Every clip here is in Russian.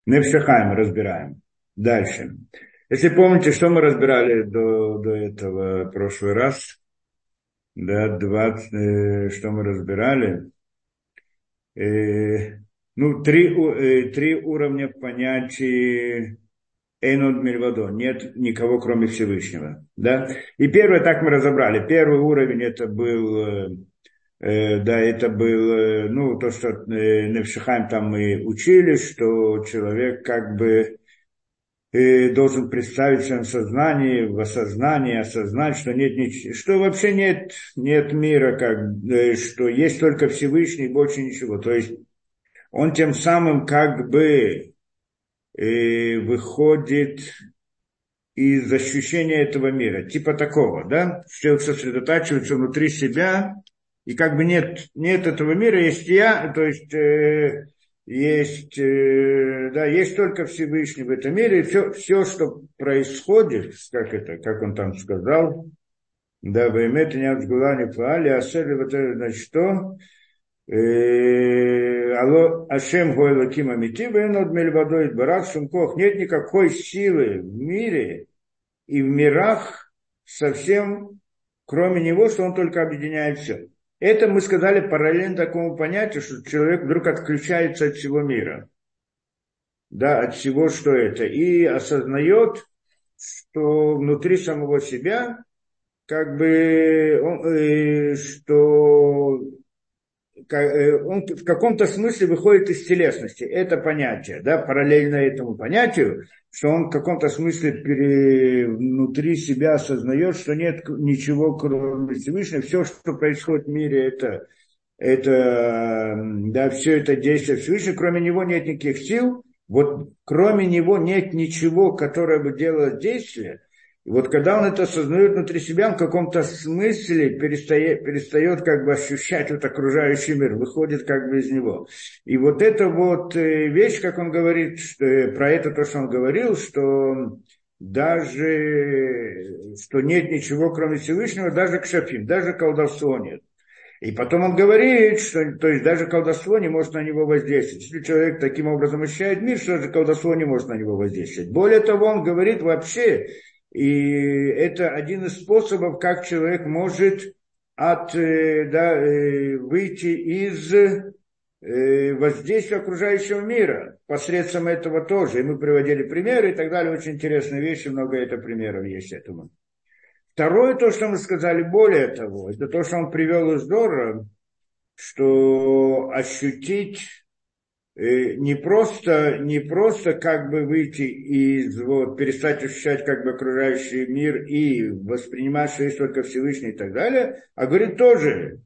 Невшахаем разбираем. Дальше. Если помните, что мы разбирали до этого прошлый раз, да, 20, что мы разбирали, ну, три уровня понятий Эйнод Мильвадо, нет никого, кроме Всевышнего, да. И первое, так мы разобрали, первый уровень это был, да, это был, ну, то, что Невшихаем там мы учили, что человек как бы должен представить в своем сознании, в осознании, осознать, что нет ничего, что вообще нет мира, что есть только Всевышний, больше ничего. То есть он тем самым как бы выходит из ощущения этого мира, типа такого, да, что человек сосредотачивается внутри себя, и как бы нет этого мира, есть я, то есть да, есть только Всевышний в этом мире, и все, что происходит, как он там сказал, да, ваймет не отгулани паали, асели вот это, значит, что? Алло, Ашем Гойлаким Амити, Венод Мельвадоид Барат Шумкох. Нет никакой силы в мире и в мирах совсем, кроме него, что он только объединяет все. Это мы сказали параллельно такому понятию, что человек вдруг отключается от всего мира. Да, от всего, что это. И осознает, что внутри самого себя, как бы, что он в каком-то смысле выходит из телесности. Это понятие, да, параллельно этому понятию, что он в каком-то смысле внутри себя осознает, что нет ничего, кроме Всевышнего. Все, что происходит в мире, да, все это действие Всевышнего. Кроме него нет никаких сил. Вот кроме него нет ничего, которое бы делало действие. И вот когда он это осознает внутри себя, он в каком-то смысле перестает как бы ощущать вот окружающий мир, выходит как бы из него. И вот эта вот вещь, как он говорит, про это то, что он говорил, что даже, что нет ничего, кроме Всевышнего, даже кшафим, даже колдовства нет. И потом он говорит, что то есть даже колдовство не может на него воздействовать. Если человек таким образом ощущает мир, что даже колдовство не может на него воздействовать. Более того, он говорит вообще, и это один из способов, как человек может выйти из воздействия окружающего мира. Посредством этого тоже. И мы приводили примеры и так далее. Очень интересные вещи, много это примеров есть этому. Второе, то, что мы сказали, более того, это то, что он привел из Дора, что ощутить не просто как бы выйти из, вот, перестать ощущать как бы окружающий мир и воспринимать, что есть только Всевышний и так далее, а говорит тоже,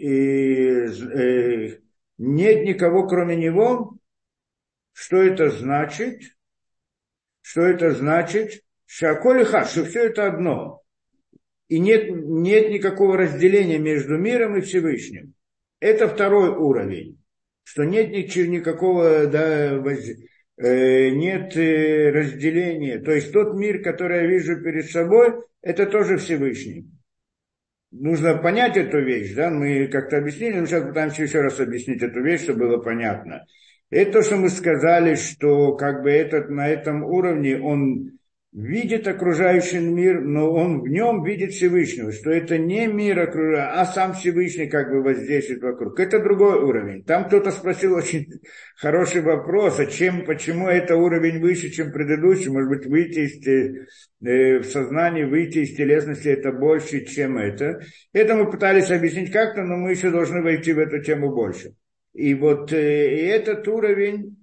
нет никого кроме него. Что это значит? Что это значит? Шаколиха, что все это одно. И нет никакого разделения между миром и Всевышним. Это второй уровень. Что нет никакого, да, нет разделения. То есть тот мир, который я вижу перед собой, это тоже Всевышний. Нужно понять эту вещь, да, мы как-то объяснили, но сейчас пытаемся еще раз объяснить эту вещь, чтобы было понятно. Это то, что мы сказали, что как бы на этом уровне он видит окружающий мир, но он в нем видит Всевышнего, что это не мир окружающий, а сам Всевышний как бы воздействует вокруг. Это другой уровень. Там кто-то спросил очень хороший вопрос, почему это уровень выше, чем предыдущий, может быть, выйти в сознание, выйти из телесности, это больше, чем это. Это мы пытались объяснить как-то, но мы еще должны войти в эту тему больше. И вот и этот уровень,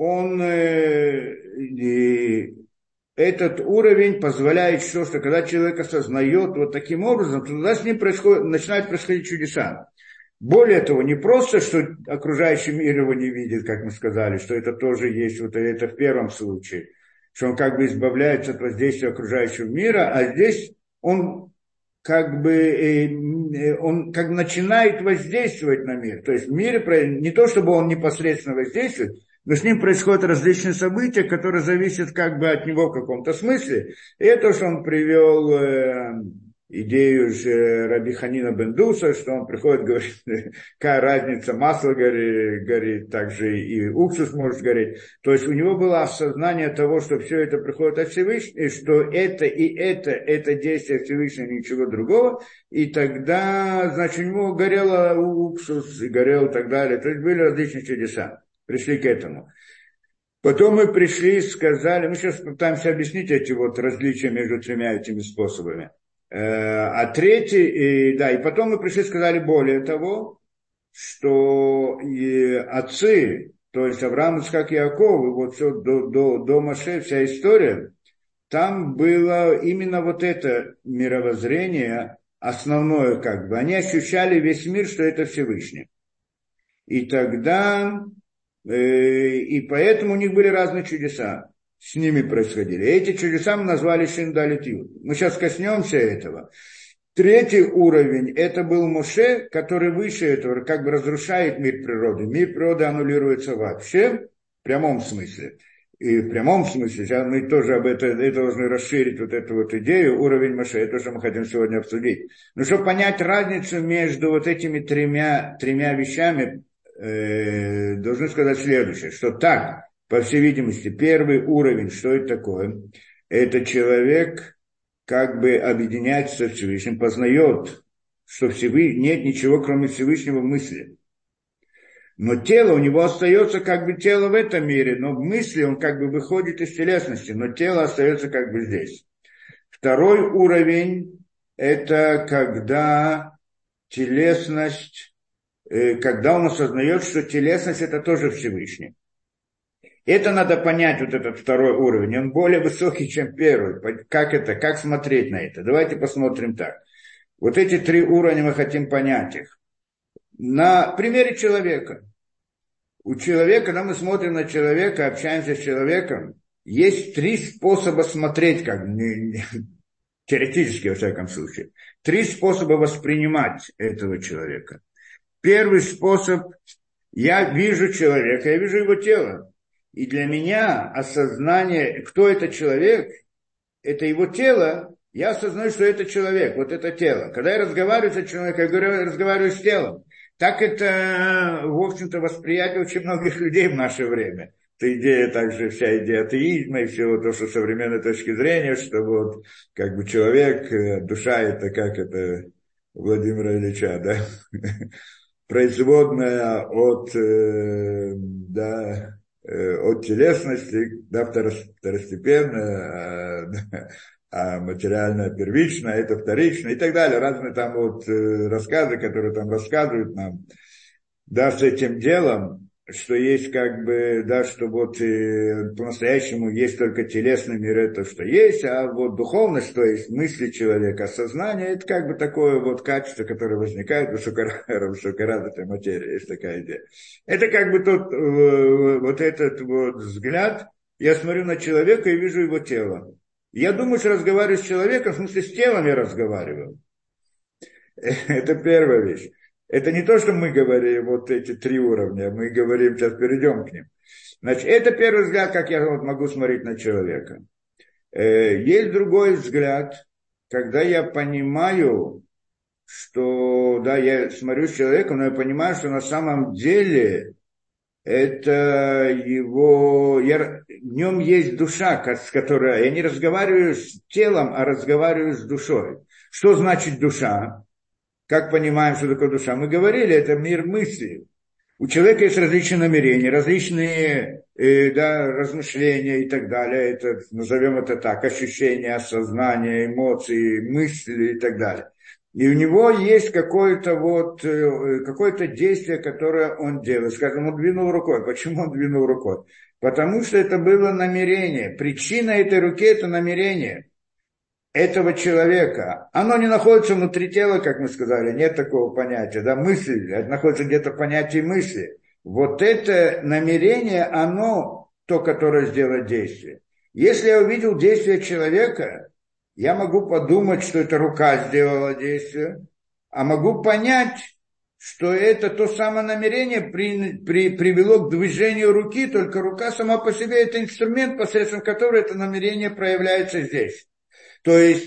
этот уровень позволяет, что когда человек осознает вот таким образом, то тогда с ним начинают происходить чудеса. Более того, не просто, что окружающий мир его не видит, как мы сказали, что это тоже есть, вот это в первом случае, что он как бы избавляется от воздействия окружающего мира, а здесь он как бы начинает воздействовать на мир. То есть в мире не то, чтобы он непосредственно воздействует, но с ним происходят различные события, которые зависят как бы от него в каком-то смысле. И это, что он привел идею же Раби Ханина бен Дуса, что он приходит, говорит, какая разница, масло горит, также и уксус может гореть. То есть у него было осознание того, что все это приходит от Всевышнего, и что это действие Всевышнего, ничего другого. И тогда, значит, у него горело уксус, и горел и так далее. То есть были различные чудеса. Пришли к этому. Потом мы пришли и сказали, мы сейчас пытаемся объяснить эти вот различия между тремя этими способами. А третий, и потом мы пришли и сказали более того, что и отцы, то есть Авраам, Ицхак и Иаков, и вот все до Моше, вся история, там было именно вот это мировоззрение основное как бы. Они ощущали весь мир, что это Всевышний. И тогда... И поэтому у них были разные чудеса, с ними происходили. И эти чудеса мы назвали Шиндалитью. Мы сейчас коснемся этого. Третий уровень, это был Моше, который выше этого, как бы разрушает мир природы. Мир природы аннулируется вообще, в прямом смысле. И в прямом смысле, сейчас мы тоже об этом должны расширить вот эту вот идею, уровень Моше, это что мы хотим сегодня обсудить. Но чтобы понять разницу между вот этими тремя вещами, должны сказать следующее, что так, по всей видимости, первый уровень, что это такое? Это человек как бы объединяется со Всевышним, познает, что нет ничего, кроме Всевышнего в мысли. Но тело у него остается как бы тело в этом мире, но в мысли он как бы выходит из телесности, но тело остается как бы здесь. Второй уровень – это когда телесность, когда он осознает, что телесность – это тоже Всевышний. Это надо понять, вот этот второй уровень. Он более высокий, чем первый. Как смотреть на это? Давайте посмотрим так. Вот эти три уровня мы хотим понять их. На примере человека. У человека, когда мы смотрим на человека, общаемся с человеком, есть три способа смотреть, теоретически, во всяком случае. Три способа воспринимать этого человека. Первый способ, я вижу человека, я вижу его тело. И для меня осознание, кто это человек, это его тело, я осознаю, что это человек, вот это тело. Когда я разговариваю с человеком, я разговариваю с телом. Так это, в общем-то, восприятие очень многих людей в наше время. Это идея также, вся идея атеизма и всего то, что с современной точки зрения, что вот как бы человек, душа это как это Владимира Ильича, да? Производная от телесности, да, второстепенная, а материальное первичное, это вторичное и так далее. Разные там вот рассказы, которые там рассказывают нам, да, с этим делом, что есть как бы, да, что вот по-настоящему есть только телесный мир, это что есть, а вот духовность, то есть мысли человека, сознание, это как бы такое вот качество, которое возникает в высокоразвитой материи, есть такая идея. Это как бы тот, вот этот вот взгляд, я смотрю на человека и вижу его тело. Я думаю, что разговариваю с человеком, в смысле с телом я разговариваю. Это первая вещь. Это не то, что мы говорим, вот эти три уровня, мы говорим, сейчас перейдем к ним. Значит, это первый взгляд, как я вот могу смотреть на человека. Есть другой взгляд, когда я понимаю, что, да, я смотрю с человеком, но я понимаю, что на самом деле это его, в нем есть душа, с которой я не разговариваю с телом, а разговариваю с душой. Что значит душа? Как понимаем, что такое душа? Мы говорили, это мир мысли. У человека есть различные намерения, различные размышления и так далее. Это, назовем это так, ощущения, осознания, эмоции, мысли и так далее. И у него есть какое-то действие, которое он делает. Скажем, он двинул рукой. Почему он двинул рукой? Потому что это было намерение. Причина этой руки – это намерение этого человека. Оно не находится внутри тела, как мы сказали, нет такого понятия, да, мысли, это находится где-то в понятии мысли. Вот это намерение, оно то, которое сделает действие. Если я увидел действие человека, я могу подумать, что это рука сделала действие, а могу понять, что это то самое намерение привело к движению руки, только рука сама по себе это инструмент, посредством которого это намерение проявляется здесь. То есть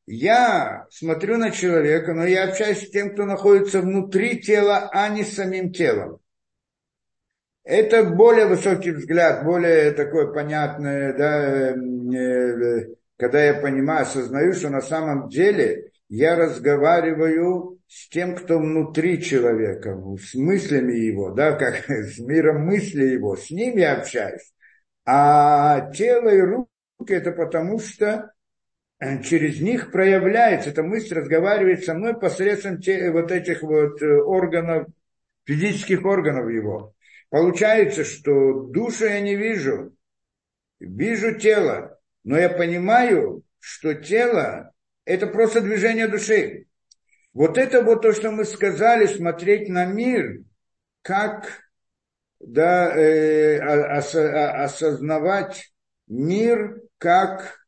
я смотрю на человека, но я общаюсь с тем, кто находится внутри тела, а не с самим телом. Это более высокий взгляд, более такой понятный, да, когда я понимаю, осознаю, что на самом деле я разговариваю с тем, кто внутри человека, с мыслями его, да, как с миром мысли его, с ним я общаюсь. А тело и руки это потому, что через них проявляется, эта мысль разговаривает со мной посредством вот этих вот органов, физических органов его. Получается, что душу я не вижу, вижу тело, но я понимаю, что тело – это просто движение души. Вот это вот то, что мы сказали, смотреть на мир, как да, осознавать мир как,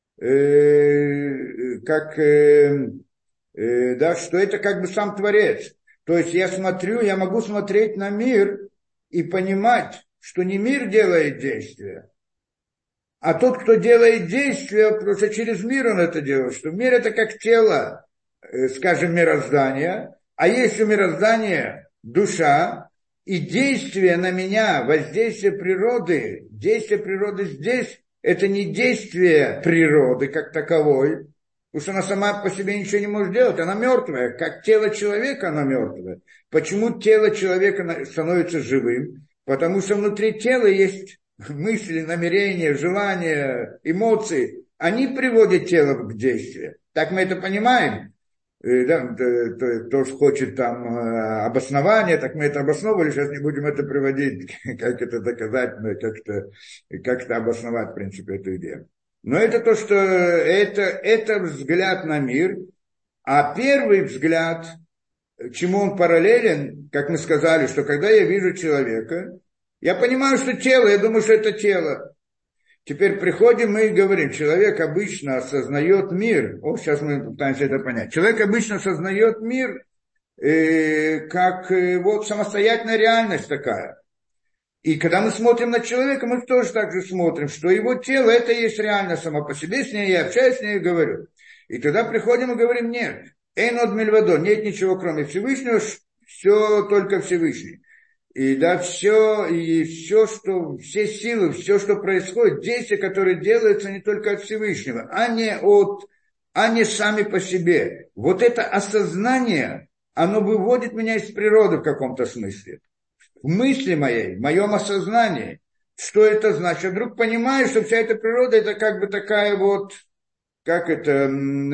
да, что это как бы сам Творец. То есть я могу смотреть на мир и понимать, что не мир делает действия, а тот, кто делает действия, просто через мир он это делает. Что мир это как тело, скажем, мироздания, а есть у мироздания душа, и действие на меня, воздействие природы здесь, это не действие природы как таковой, потому что она сама по себе ничего не может делать, она мертвая, как тело человека она мертвая. Почему тело человека становится живым? Потому что внутри тела есть мысли, намерения, желания, эмоции. Они приводят тело к действию. Так мы это понимаем. Да, кто хочет там обоснования, так мы это обосновывали, сейчас не будем это приводить, как это доказать, как-то обосновать, в принципе, эту идею. Но это то, что это взгляд на мир, а первый взгляд, чему он параллелен, как мы сказали, что когда я вижу человека, я понимаю, что тело, я думаю, что это тело. Теперь приходим мы и говорим, человек обычно осознает мир, сейчас мы пытаемся это понять, человек обычно осознает мир как вот самостоятельная реальность такая. И когда мы смотрим на человека, мы тоже так же смотрим, что его тело это и есть реальность само по себе, с ней я общаюсь, с ней и говорю. И тогда приходим и говорим, нет, эйнод мильвадо, нет ничего кроме Всевышнего, все только Всевышний. И да, все силы, все, что происходит, действия, которые делаются не только от Всевышнего, а не сами по себе. Вот это осознание, оно выводит меня из природы в каком-то смысле. В мысли моей, в моем осознании, что это значит. Я вдруг понимаю, что вся эта природа, это как бы такая вот, как это,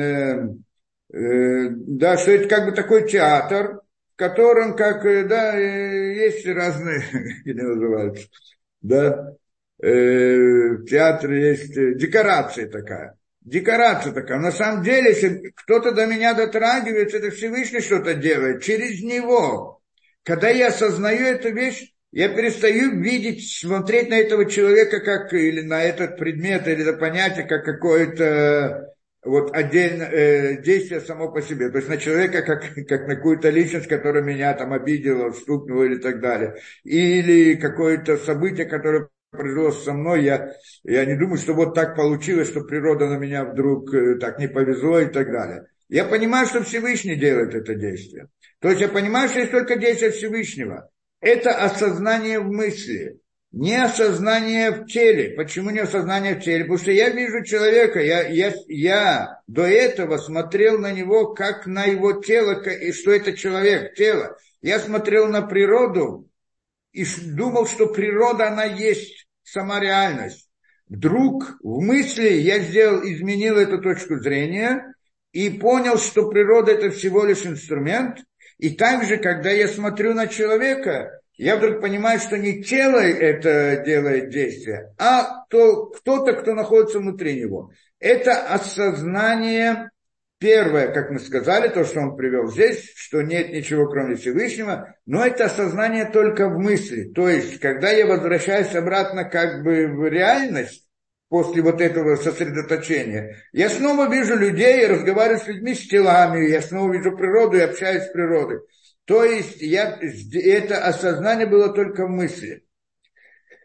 да, что это как бы такой театр, в котором, как, да, есть разные, как они называются, да, в театре есть декорация такая. Декорация такая. На самом деле, если кто-то до меня дотрагивается, это Всевышний что-то делает через него. Когда я осознаю эту вещь, я перестаю видеть, смотреть на этого человека как, или на этот предмет, или на понятие, как какое-то вот отдельное действие само по себе. То есть на человека, как на какую-то личность, которая меня там обидела, стукнула или так далее. Или какое-то событие, которое произошло со мной. Я не думаю, что вот так получилось, что природа на меня вдруг так не повезло и так далее. Я понимаю, что Всевышний делает это действие. То есть я понимаю, что есть только действие Всевышнего. Это осознание в мысли, не осознание в теле. Почему не осознание в теле? Потому что я вижу человека, я до этого смотрел на него как на его тело, и что это человек, тело. Я смотрел на природу и думал, что природа, она есть сама реальность. Вдруг в мысли я изменил эту точку зрения и понял, что природа это всего лишь инструмент. И также, когда я смотрю на человека, я вдруг понимаю, что не тело это делает действие, а кто-то, кто находится внутри него. Это осознание первое, как мы сказали, то, что он привел здесь, что нет ничего, кроме Всевышнего, но это осознание только в мысли. То есть, когда я возвращаюсь обратно как бы в реальность, после вот этого сосредоточения, я снова вижу людей, я разговариваю с людьми, с телами, я снова вижу природу и общаюсь с природой. То есть это осознание было только в мысли.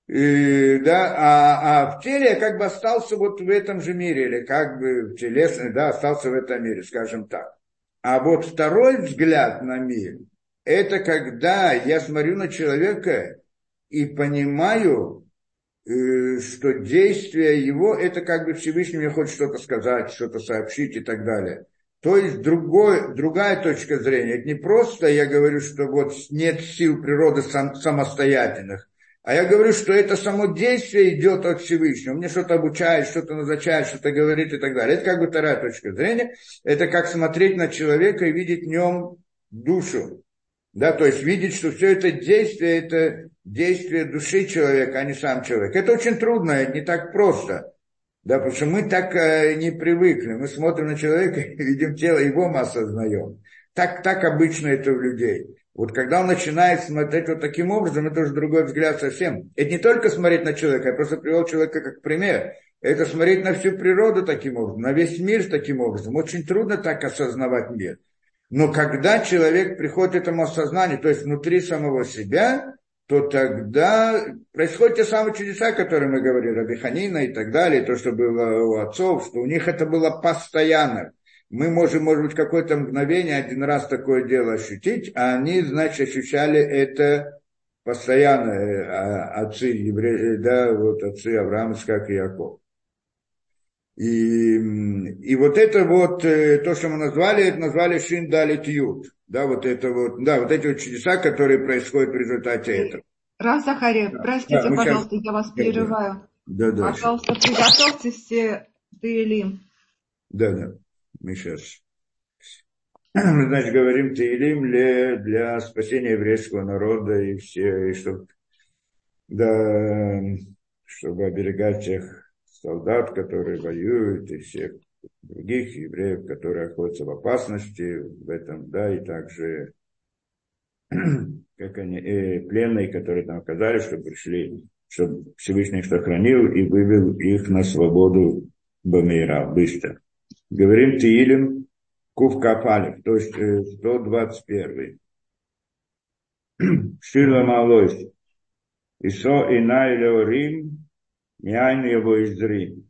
Да, в теле я как бы остался вот в этом же мире, или как бы телесный, да, остался в этом мире, скажем так. А вот второй взгляд на мир, это когда я смотрю на человека и понимаю, что действие его, это как бы Всевышний мне хочет что-то сказать, что-то сообщить и так далее. То есть другая точка зрения. Это не просто я говорю, что вот нет сил природы самостоятельных, а я говорю, что это само действие идет от Всевышнего. Мне что-то обучает, что-то назначает, что-то говорит и так далее. Это как бы вторая точка зрения. Это как смотреть на человека и видеть в нем душу. Да, то есть видеть, что все это действие души человека, а не сам человек. Это очень трудно, это не так просто. Да, потому что мы так не привыкли. Мы смотрим на человека и видим тело, его мы осознаем. Так обычно это у людей. Вот когда он начинает смотреть вот таким образом, это уже другой взгляд совсем. Это не только смотреть на человека, я просто привел человека как пример. Это смотреть на всю природу таким образом, на весь мир таким образом. Очень трудно так осознавать мир. Но когда человек приходит к этому осознанию, то есть внутри самого себя, то тогда происходят те самые чудеса, которые мы говорили, Раби Ханина и так далее, то, что было у отцов, что у них это было постоянно. Мы можем, может быть, какое-то мгновение, один раз такое дело ощутить, а они, значит, ощущали это постоянно, отцы евреи, да, вот отцы Авраам, Ицхак и Яков. И вот это вот, то, что мы назвали, это назвали Шин Далит Ют. Да, вот это вот, да, вот эти вот чудеса, которые происходят в результате этого. Рав Захария, Да, простите, мы сейчас... пожалуйста, я вас перерываю. Да. Пожалуйста, приготовьтесь Теилим. Да, мы сейчас... Мы, значит, говорим Теилим для спасения еврейского народа и все, и чтобы, да, чтобы оберегать тех солдат, которые воюют, и всех других евреев, которые находятся в опасности в этом, да, и также как они, пленные, которые там оказались, чтобы пришли, чтобы Всевышний их сохранил и вывел их на свободу Бамейра, быстро. Говорим Тиилим Кув Капалев, то есть 121. Шила Малойс. Исо Инай Леорим, Мяйн его изрим.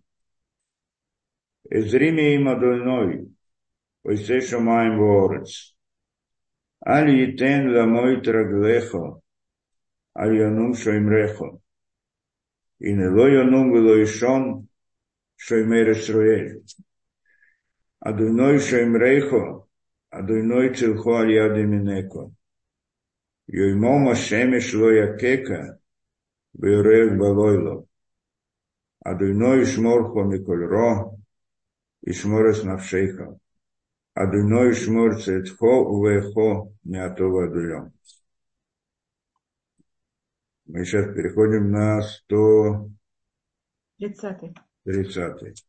Изрими им Адоной, Ойсе Шамаем Ворец. Аль Йитен Ламой Траглехо, Аль Янум Шоймрехо. И не ло Янум Вело Ишон, Шоймер Исруэль. Адуной Шоймрехо, Адуной Цилхо Аль Ядиминеко. Йоймом Ашемеш Ло Якека, Берег Балойло. Адуной Шморхо Миколь Ро, Ишморес Навшейха. Адуной Шмор Цетхо Увехо Мятова Адуйом. Мы сейчас переходим на 130.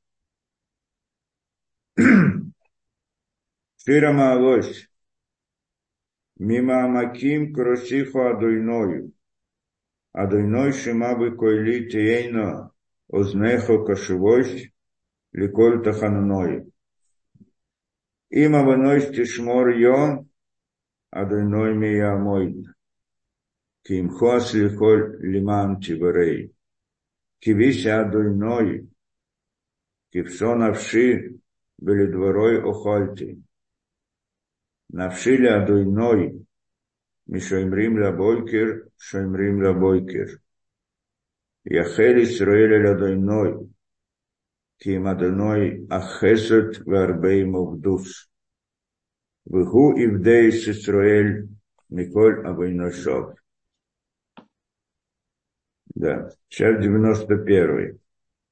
Шира Маалось. Мимо Амаким Кросихо Адуйною. Адуйной Шимабы Койли Тиейно Ознехо Кашевось Ликоль Тахаnuной. Има Ванойс Тишмор Йо Адуйной Мия Мойд. Кимхос Ликоль Лиман Тиберей. Кивися Адуйной. Кивсо Навши Белидворой Охольти. Навшили Адуйной. Мишоймрим Лабойкер, Шоймрим Лабойкер. Яхель Исраэль Адуйной. Ким Адуйной Ахесет Варбей Мовдус. Виху Ивдейс Исраэль Миколь Авойношов. Да, сейчас 91.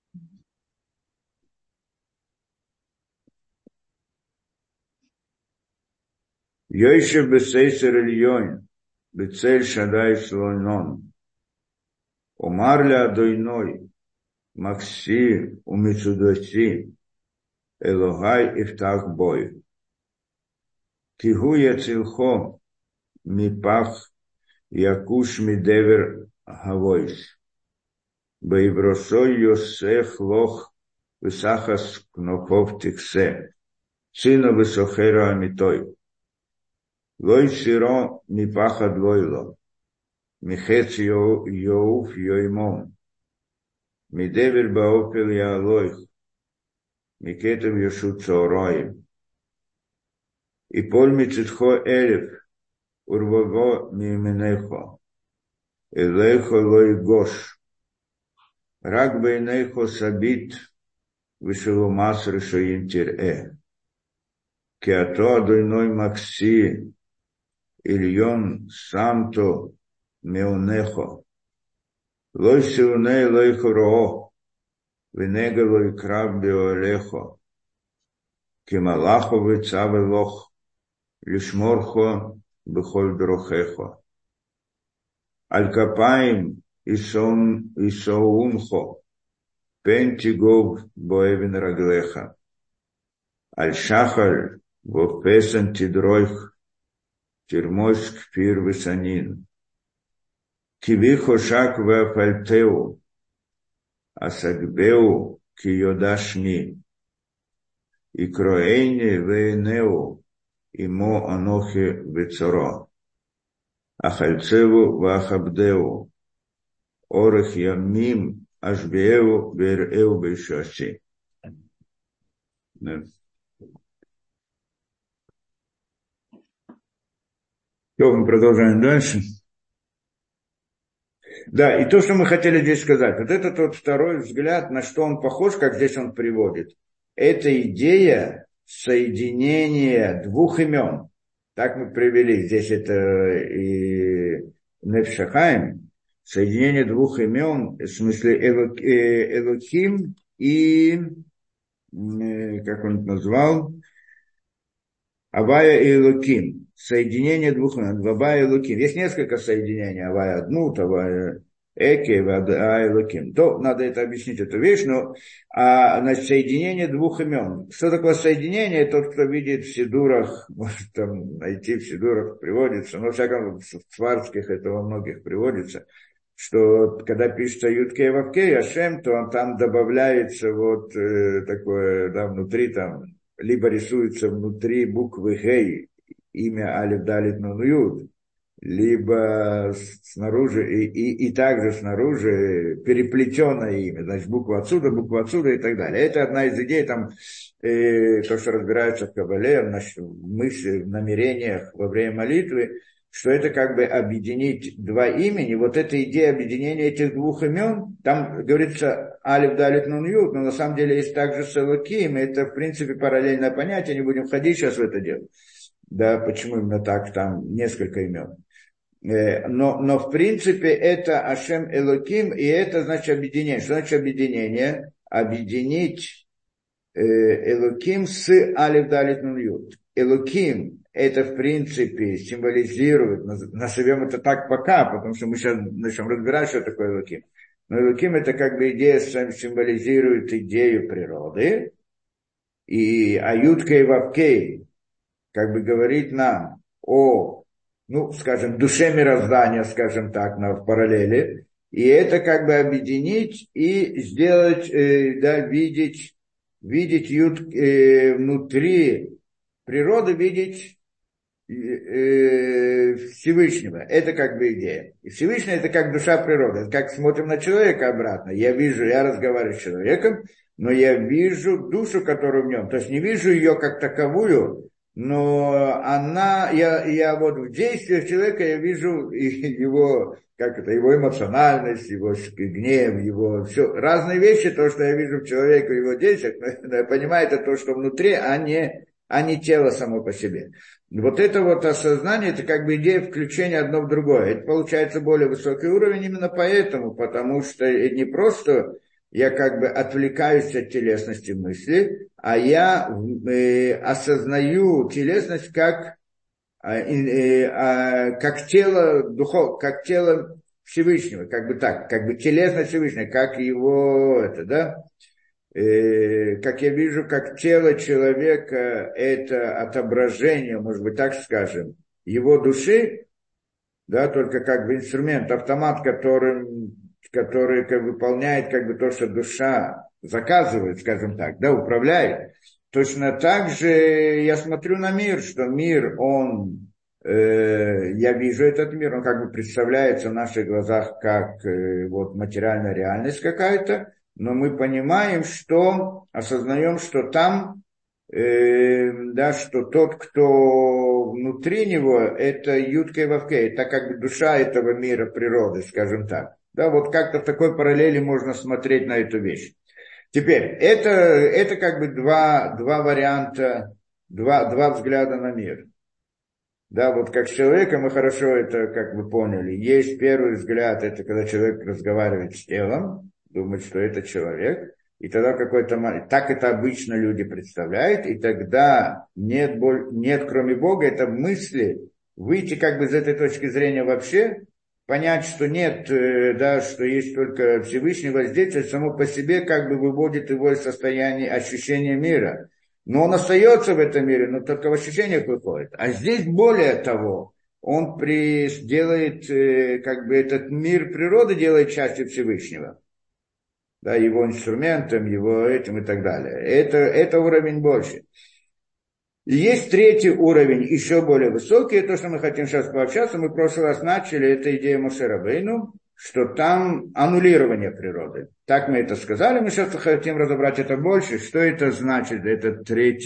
Йойше Бесейсер Ильон, Бецель Шадай Шлонон. Омарля Адуйной, Макси Умицудоси, Элогай Ифтах Бой. Кигу Яцилхо, Мипах, Якуш Мидевер Гавойс. Бейбросой Йосех Лох, Висахас Кнохов Тиксе. Сына Висохера Амитой. Лой Сиро Мипаха Двойло. Михец Йоуф Йоймом. Мидевер баопел ялойх, микетов яшут цороим. И поль мицитхо элев, урваго мименехо, элейхо лой гош. Рак бейнехо сабит, вышеломас решоим тир. Кеато адойной макси, ильон санто меонехо. Лой силней лойхо роо, венега лой краб биолехо. Кемалахо вецаве лох, лишморхо бехоль дрохехо. Аль-Капаим исоунхо, пентигов боевин раглеха. Аль-Шахаль вопесен тидройх, тирмойск пир висанин. Кивихо шак веапальтеу, асагбеу киодашни. И кроэйни вейнеу, имо анохи вецоро. Ахальцеву вахабдеу, орех ямим, ашбееву вереу бешаши. То мы продолжаем дальше. Да, и то, что мы хотели здесь сказать, вот это тот второй взгляд, на что он похож, как здесь он приводит. Это идея соединения двух имен. Так мы привели, здесь это и Нефшахаим, соединение двух имен, в смысле Элоким и, как он это назвал, Авая и Элоким. Соединение двух имен, Авая и Элоким. Есть несколько соединений, Авая одну, Авая Эки, Авая Элоким. То надо это объяснить, эту вещь, но значит, соединение двух имен. Что такое соединение? Тот, кто видит в сидурах, может там найти в сидурах, приводится, но в всяком случае в цварских это во многих приводится, что когда пишется Юткей Вавкей, Ашем, то он там добавляется вот такое, да, внутри там, либо рисуется внутри буквы Хей, имя Алиф Далит Нун Юд, либо снаружи, и также снаружи переплетенное имя, значит, буква отсюда и так далее. Это одна из идей, там, то, что разбирается в Кабале, в мысли, в намерениях во время молитвы, что это как бы объединить два имени. Вот эта идея объединения этих двух имен, там говорится Алиф Далит Нун Юд, но на самом деле есть также с Элоким, это в принципе параллельное понятие, не будем входить сейчас в это дело. Да, почему именно так, там несколько имен. Но в принципе это Ашем Элоким, и это значит объединение. Что значит объединение? Объединить Элоким с Алиф Далит Нун Юд. Элоким это в принципе символизирует, назовем это так пока, потому что мы сейчас начнем разбирать, что такое Элоким. Но Элоким это как бы идея символизирует идею природы, и Аютка и Вавкей как бы говорит нам о, ну, скажем, душе мироздания, скажем так, в параллели, и это как бы объединить и сделать, да, видеть внутри природы, видеть Всевышнего. Это как бы идея. И Всевышний это как душа природы. Как смотрим на человека обратно. Я разговариваю с человеком, но я вижу душу, которая в нем. То есть не вижу ее как таковую, но я вот в действиях человека я вижу его, его эмоциональность, его гнев, его все. Разные вещи, то, что я вижу в человеке, в его действиях, но я понимаю, это то, что внутри, а не тело само по себе. Вот это вот осознание, это как бы идея включения одно в другое. Это получается более высокий уровень именно поэтому, потому что не просто я как бы отвлекаюсь от телесности мысли, а я осознаю телесность как тело, как тело Всевышнего, как бы так, как бы телесность Всевышнего, как его как я вижу, как тело человека это отображение, может быть, так скажем, его души, да, только как бы инструмент, автомат, который как выполняет как бы то, что душа заказывает, скажем так, да, управляет. Точно так же я смотрю на мир, что мир, я вижу этот мир, он как бы представляется в наших глазах как вот материальная реальность какая-то, но мы понимаем, что, осознаем, что там, да, что тот, кто внутри него, это Ютка и Вавка, это как бы душа этого мира, природы, скажем так. Да, вот как-то в такой параллели можно смотреть на эту вещь. Теперь, это как бы два варианта, два взгляда на мир. Да, вот как с человеком, мы хорошо это как бы поняли. Есть первый взгляд, это когда человек разговаривает с телом, думает, что это человек, и тогда какой-то... Так это обычно люди представляют, и тогда нет, кроме Бога, это мысли, выйти как бы из этой точки зрения вообще, понять, что нет, да, что есть только Всевышний воздействие, само по себе как бы выводит его из состояния ощущения мира. Но он остается в этом мире, но только в ощущениях выходит. А здесь более того, он делает, как бы этот мир природы делает частью Всевышнего. Да, его инструментом, его этим и так далее. Это уровень больше. И есть третий уровень, еще более высокий, это то, что мы хотим сейчас пообщаться. Мы в прошлый раз начали, это идея Моше Рабейну, что там аннулирование природы. Так мы это сказали, мы сейчас хотим разобрать это больше. Что это значит, этот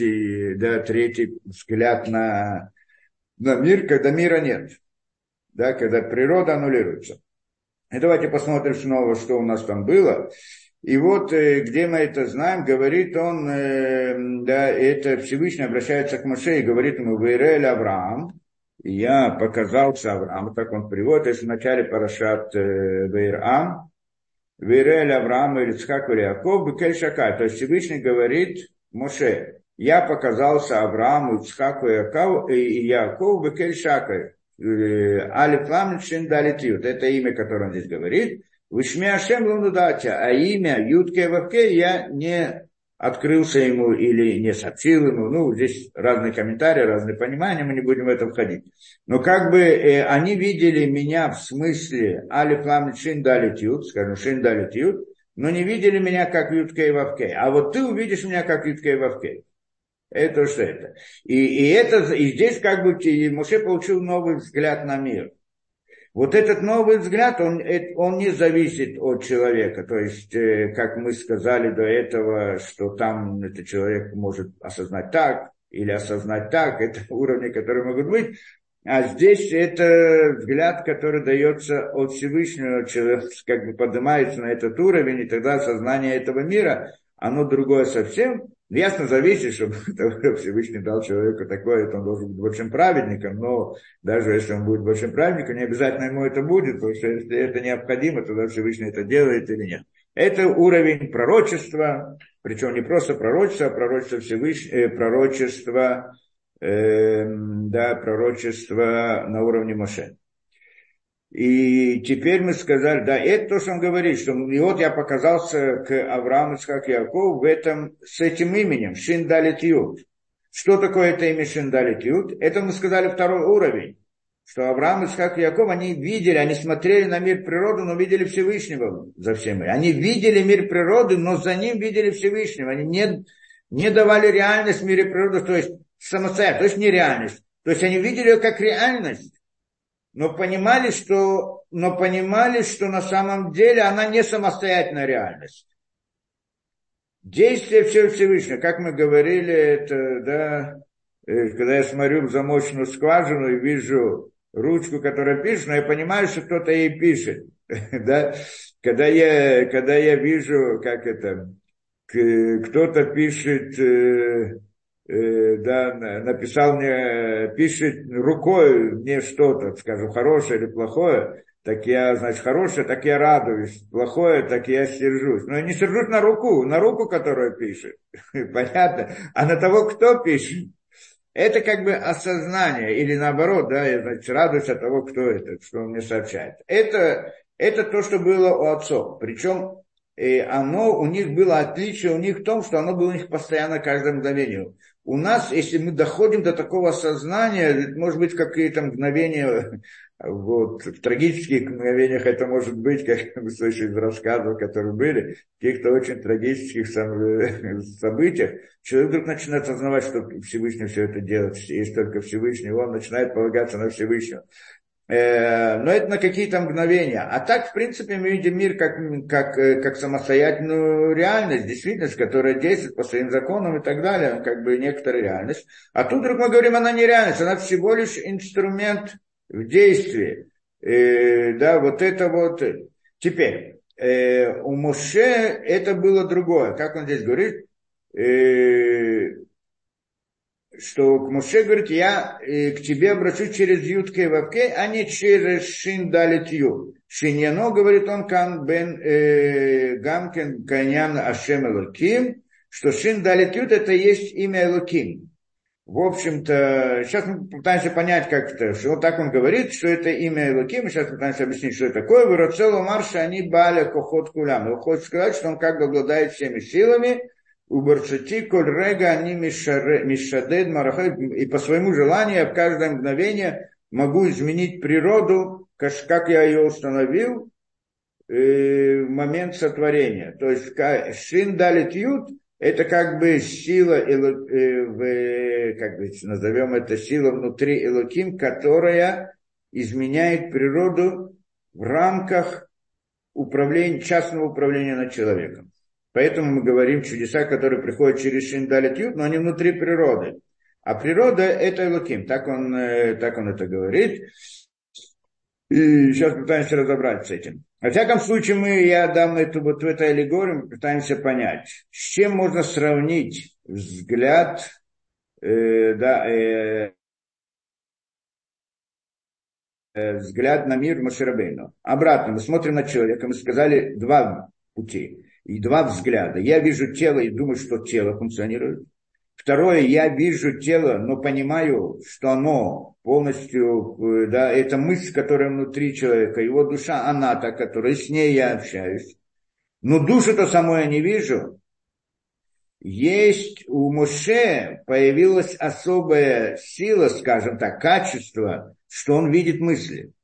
третий взгляд на мир, когда мира нет, да, когда природа аннулируется. И давайте посмотрим снова, что у нас там было. И вот, где мы это знаем, говорит он, да, это Всевышний обращается к Моше и говорит ему: «Вейрель Авраам». И я показался Аврааму, так он приводит, это в начале парашат Вейрам. «Вейрель Авраам и Ицхак и Яков бекель шакай». То есть Всевышний говорит Моше: «Я показался Аврааму, Ицхаку и Якову бекель шакай». Алиф лам шин далит ют. Это имя, которое он здесь говорит. Вишми Ашем лунудатя, а имя Ютке Вавке я не открылся ему или не сообщил ему. Ну, здесь разные комментарии, разные понимания, мы не будем в это входить. Но как бы они видели меня в смысле Алиф лам шин далит ют, скажем, шин далит ют, но не видели меня как Ютке и Вавке. А вот ты увидишь меня как Ютке и Вавке. Это что это. И здесь как бы Моше получил новый взгляд на мир. Вот этот новый взгляд, он не зависит от человека. То есть, как мы сказали до этого, что там этот человек может осознать так или осознать так. Это уровни, которые могут быть. А здесь это взгляд, который дается от Всевышнего. Человек как бы поднимается на этот уровень, и тогда сознание этого мира, оно другое совсем. Ясно зависит, что Всевышний дал человеку такое, это он должен быть большим праведником, но даже если он будет большим праведником, не обязательно ему это будет, потому что если это необходимо, тогда Всевышний это делает или нет. Это уровень пророчества, причем не просто пророчество, а пророчество Всевышнего, пророчество на уровне Моше. И теперь мы сказали, да, это то, что он говорит, что и вот я показался к Аврааму, Ицхаку и Якову с этим именем, Шин Далит Юд. Что такое это имя Шин Далит Юд? Это мы сказали второй уровень, что Авраам, Ицхак и Яков, они видели, они смотрели на мир природы, но видели Всевышнего за всем. Они видели мир природы, но за ним видели Всевышнего. Они не давали реальность в мире природы, то есть самостоятельно, то есть нереальность. То есть они видели ее как реальность. Но понимали, что на самом деле она не самостоятельная реальность. Действие Всевышнего, как мы говорили, это, да, когда я смотрю в замочную скважину и вижу ручку, которая пишет, но я понимаю, что кто-то ей пишет. Да? Когда я вижу, как это, кто-то пишет, да, написал мне, пишет рукой мне что-то, скажем, хорошее или плохое, так я, значит, хорошее, так я радуюсь, плохое, так я сержусь. Но я не сержусь на руку, которую пишет, понятно, а на того, кто пишет. Это как бы осознание, или наоборот, да, я, значит, радуюсь от того, кто это, что он мне сообщает. Это то, что было у отцов, причем у них было отличие у них в том, что оно было у них постоянно каждое мгновение. У нас, если мы доходим до такого осознания, может быть, какие-то мгновения, вот, в трагических мгновениях это может быть, как мы слышали из рассказов, которые были, в каких-то очень трагических событиях, человек вдруг начинает осознавать, что Всевышний все это делает, есть только Всевышний, он начинает полагаться на Всевышнего. Но это на какие-то мгновения. А так, в принципе, мы видим мир как самостоятельную реальность, действительность, которая действует по своим законам и так далее, как бы некоторая реальность. А тут вдруг мы говорим, она не реальность, она всего лишь инструмент в действии. Да, вот это вот. Теперь, у Моше это было другое. Как он здесь говорит? Что Моше говорит, я к тебе обращусь через Юд Кей Вав Кей, а не через Шин Далит Юд. Шиньяно, говорит он, Кан Бен Гамкен Каньян Ашем Элоким, что Шин Далит Юд это есть имя Элоким. В общем-то, сейчас мы пытаемся понять, как это, что вот так он говорит, что это имя Элоким, сейчас мы пытаемся объяснить, что это такое. Выроцелу марша они Баля Кохот Кулям. Он хочет сказать, что он как бы обладает всеми силами, у Баршати Коль Рега они Мишадед Марахай, и по своему желанию я в каждое мгновение могу изменить природу, как я ее установил в момент сотворения. То есть Шин Далит Ют это как бы сила, как бы назовем это сила внутри Элоким, которая изменяет природу в рамках частного управления над человеком. Поэтому мы говорим чудеса, которые приходят через Шин Далит Ют, но они внутри природы. А природа это Элоким, так он это говорит. И сейчас пытаемся разобраться с этим. Во всяком случае, я дам вот в этой аллегории, мы пытаемся понять, с чем можно сравнить взгляд, взгляд на мир Моше Рабейну. Обратно, мы смотрим на человека, мы сказали два пути и два взгляда. Я вижу тело и думаю, что тело функционирует. Второе, я вижу тело, но понимаю, что оно полностью, да, это мысль, которая внутри человека, его душа, она та, которая, с ней я общаюсь. Но душу-то самой я не вижу. Есть у Моше появилась особая сила, скажем так, качество, что он видит мысли.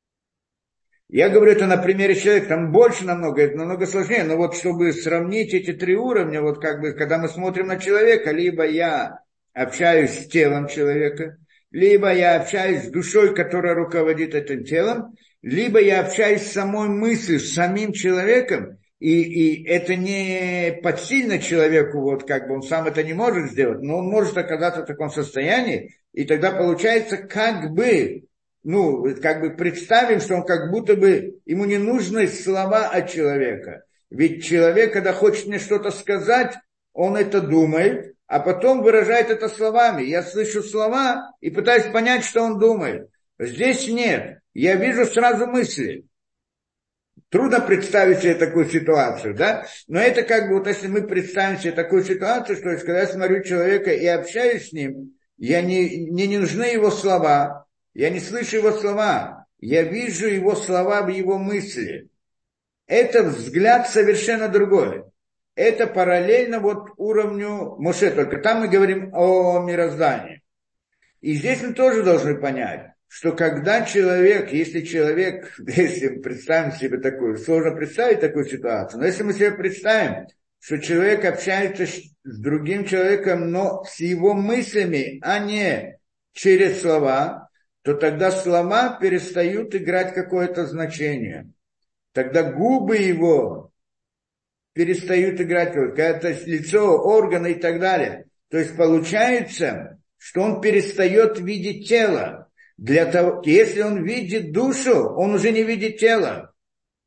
Я говорю это на примере человека, там больше намного, это намного сложнее, но вот чтобы сравнить эти три уровня, вот как бы, когда мы смотрим на человека, либо я общаюсь с телом человека, либо я общаюсь с душой, которая руководит этим телом, либо я общаюсь с самой мыслью, с самим человеком, и это не подсильно человеку, вот как бы он сам это не может сделать, но он может оказаться в таком состоянии, и тогда получается как бы представим, что он как будто бы, ему не нужны слова от человека. Ведь человек, когда хочет мне что-то сказать, он это думает, а потом выражает это словами. Я слышу слова и пытаюсь понять, что он думает. Здесь нет. Я вижу сразу мысли. Трудно представить себе такую ситуацию, да? Но это как бы, вот если мы представим себе такую ситуацию, что когда я смотрю человека и общаюсь с ним, мне не нужны его слова, я не слышу его слова, я вижу его слова в его мысли. Это взгляд совершенно другой. Это параллельно вот уровню Моше, только там мы говорим о мироздании. И здесь мы тоже должны понять, что когда человек, если мы представим себе такую, сложно представить такую ситуацию, но если мы себе представим, что человек общается с другим человеком, но с его мыслями, а не через слова, то тогда слова перестают играть какое-то значение. Тогда губы его перестают играть, какое-то лицо, органы и так далее. То есть получается, что он перестает видеть тело. Если он видит душу, он уже не видит тело.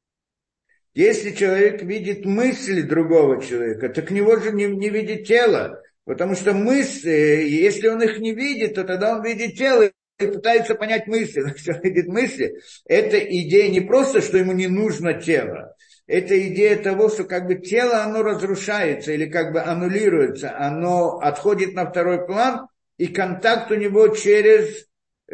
Если человек видит мысли другого человека, то к него же не видит тело. Потому что мысли, если он их не видит, то тогда он видит тело и пытается понять мысли. Но если он видит мысли, это идея не просто, что ему не нужно тело. Это идея того, что как бы тело, оно разрушается или как бы аннулируется. Оно отходит на второй план, и контакт у него через...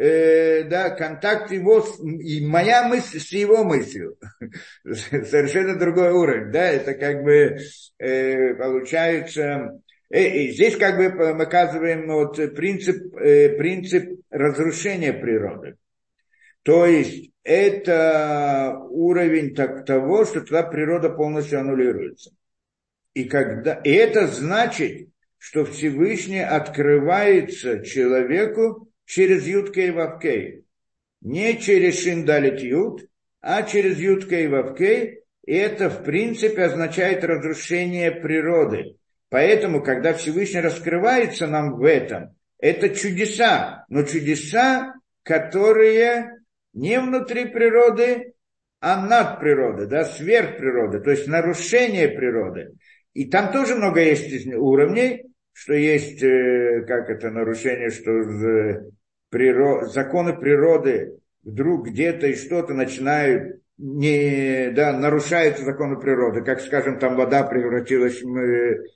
контакт его и моя мысль с его мыслью. Совершенно другой уровень, да, это как бы получается... И здесь как бы мы оказываем вот принцип разрушения природы. То есть это уровень того, что тогда природа полностью аннулируется. И это значит, что Всевышний открывается человеку через Юд Кей Вав Кей. не через Шин Далит Юд, а через Юд Кей Вав Кей. И это, в принципе, означает разрушение природы. Поэтому, когда Всевышний раскрывается нам в этом, это чудеса. Но чудеса, которые не внутри природы, а над природой, да, сверх природы, то есть нарушение природы. И там тоже много есть уровней, что есть, как это, нарушение, что законы природы вдруг где-то и что-то начинают нарушаются законы природы, как, скажем, там вода превратилась в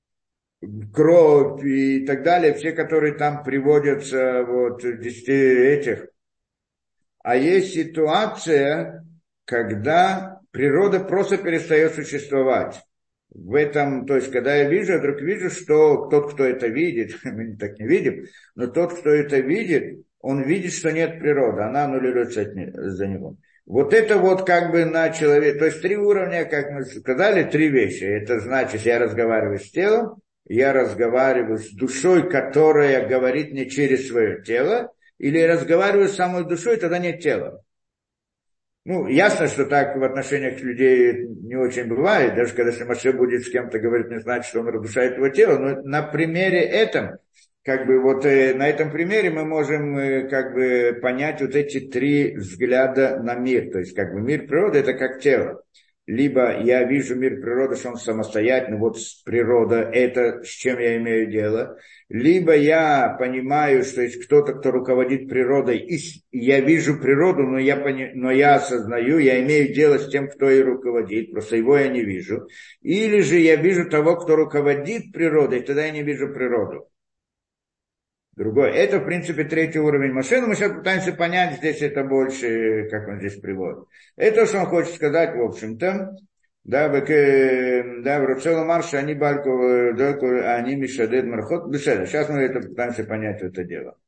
кровь и так далее, все, которые там приводятся, вот, 10 этих. А есть ситуация, когда природа просто перестает существовать. В этом, то есть, когда я вдруг вижу, что тот, кто это видит, мы так не видим, но тот, кто это видит, он видит, что нет природы, она аннулируется за него. Вот это вот как бы на человека, то есть 3 уровня, как мы сказали, 3 вещи. Это значит, я разговариваю с телом, я разговариваю с душой, которая говорит мне через свое тело, или я разговариваю с самой душой, тогда нет тела. Ну, ясно, что так в отношениях людей не очень бывает, даже когда Моше будет с кем-то говорить, не значит, что он разрушает его тело, но на примере этом, как бы вот на этом примере мы можем как бы понять вот эти 3 взгляда на мир, то есть как бы мир природы это как тело. Либо я вижу мир природы, что он самостоятельный, вот природа, это с чем я имею дело. Либо я понимаю, что есть кто-то, кто руководит природой, и я вижу природу, но я осознаю, я имею дело с тем, кто ее руководит, просто его я не вижу. Или же я вижу того, кто руководит природой, тогда я не вижу природу. Другой. Это, в принципе, 3 уровень машины. Мы сейчас пытаемся понять, здесь это больше, как он здесь приводит. Это то, что он хочет сказать, в общем-то. Да, в Руцелу Марша они бальку, они мишадед мархот беседа. Сейчас мы это пытаемся понять, это дело.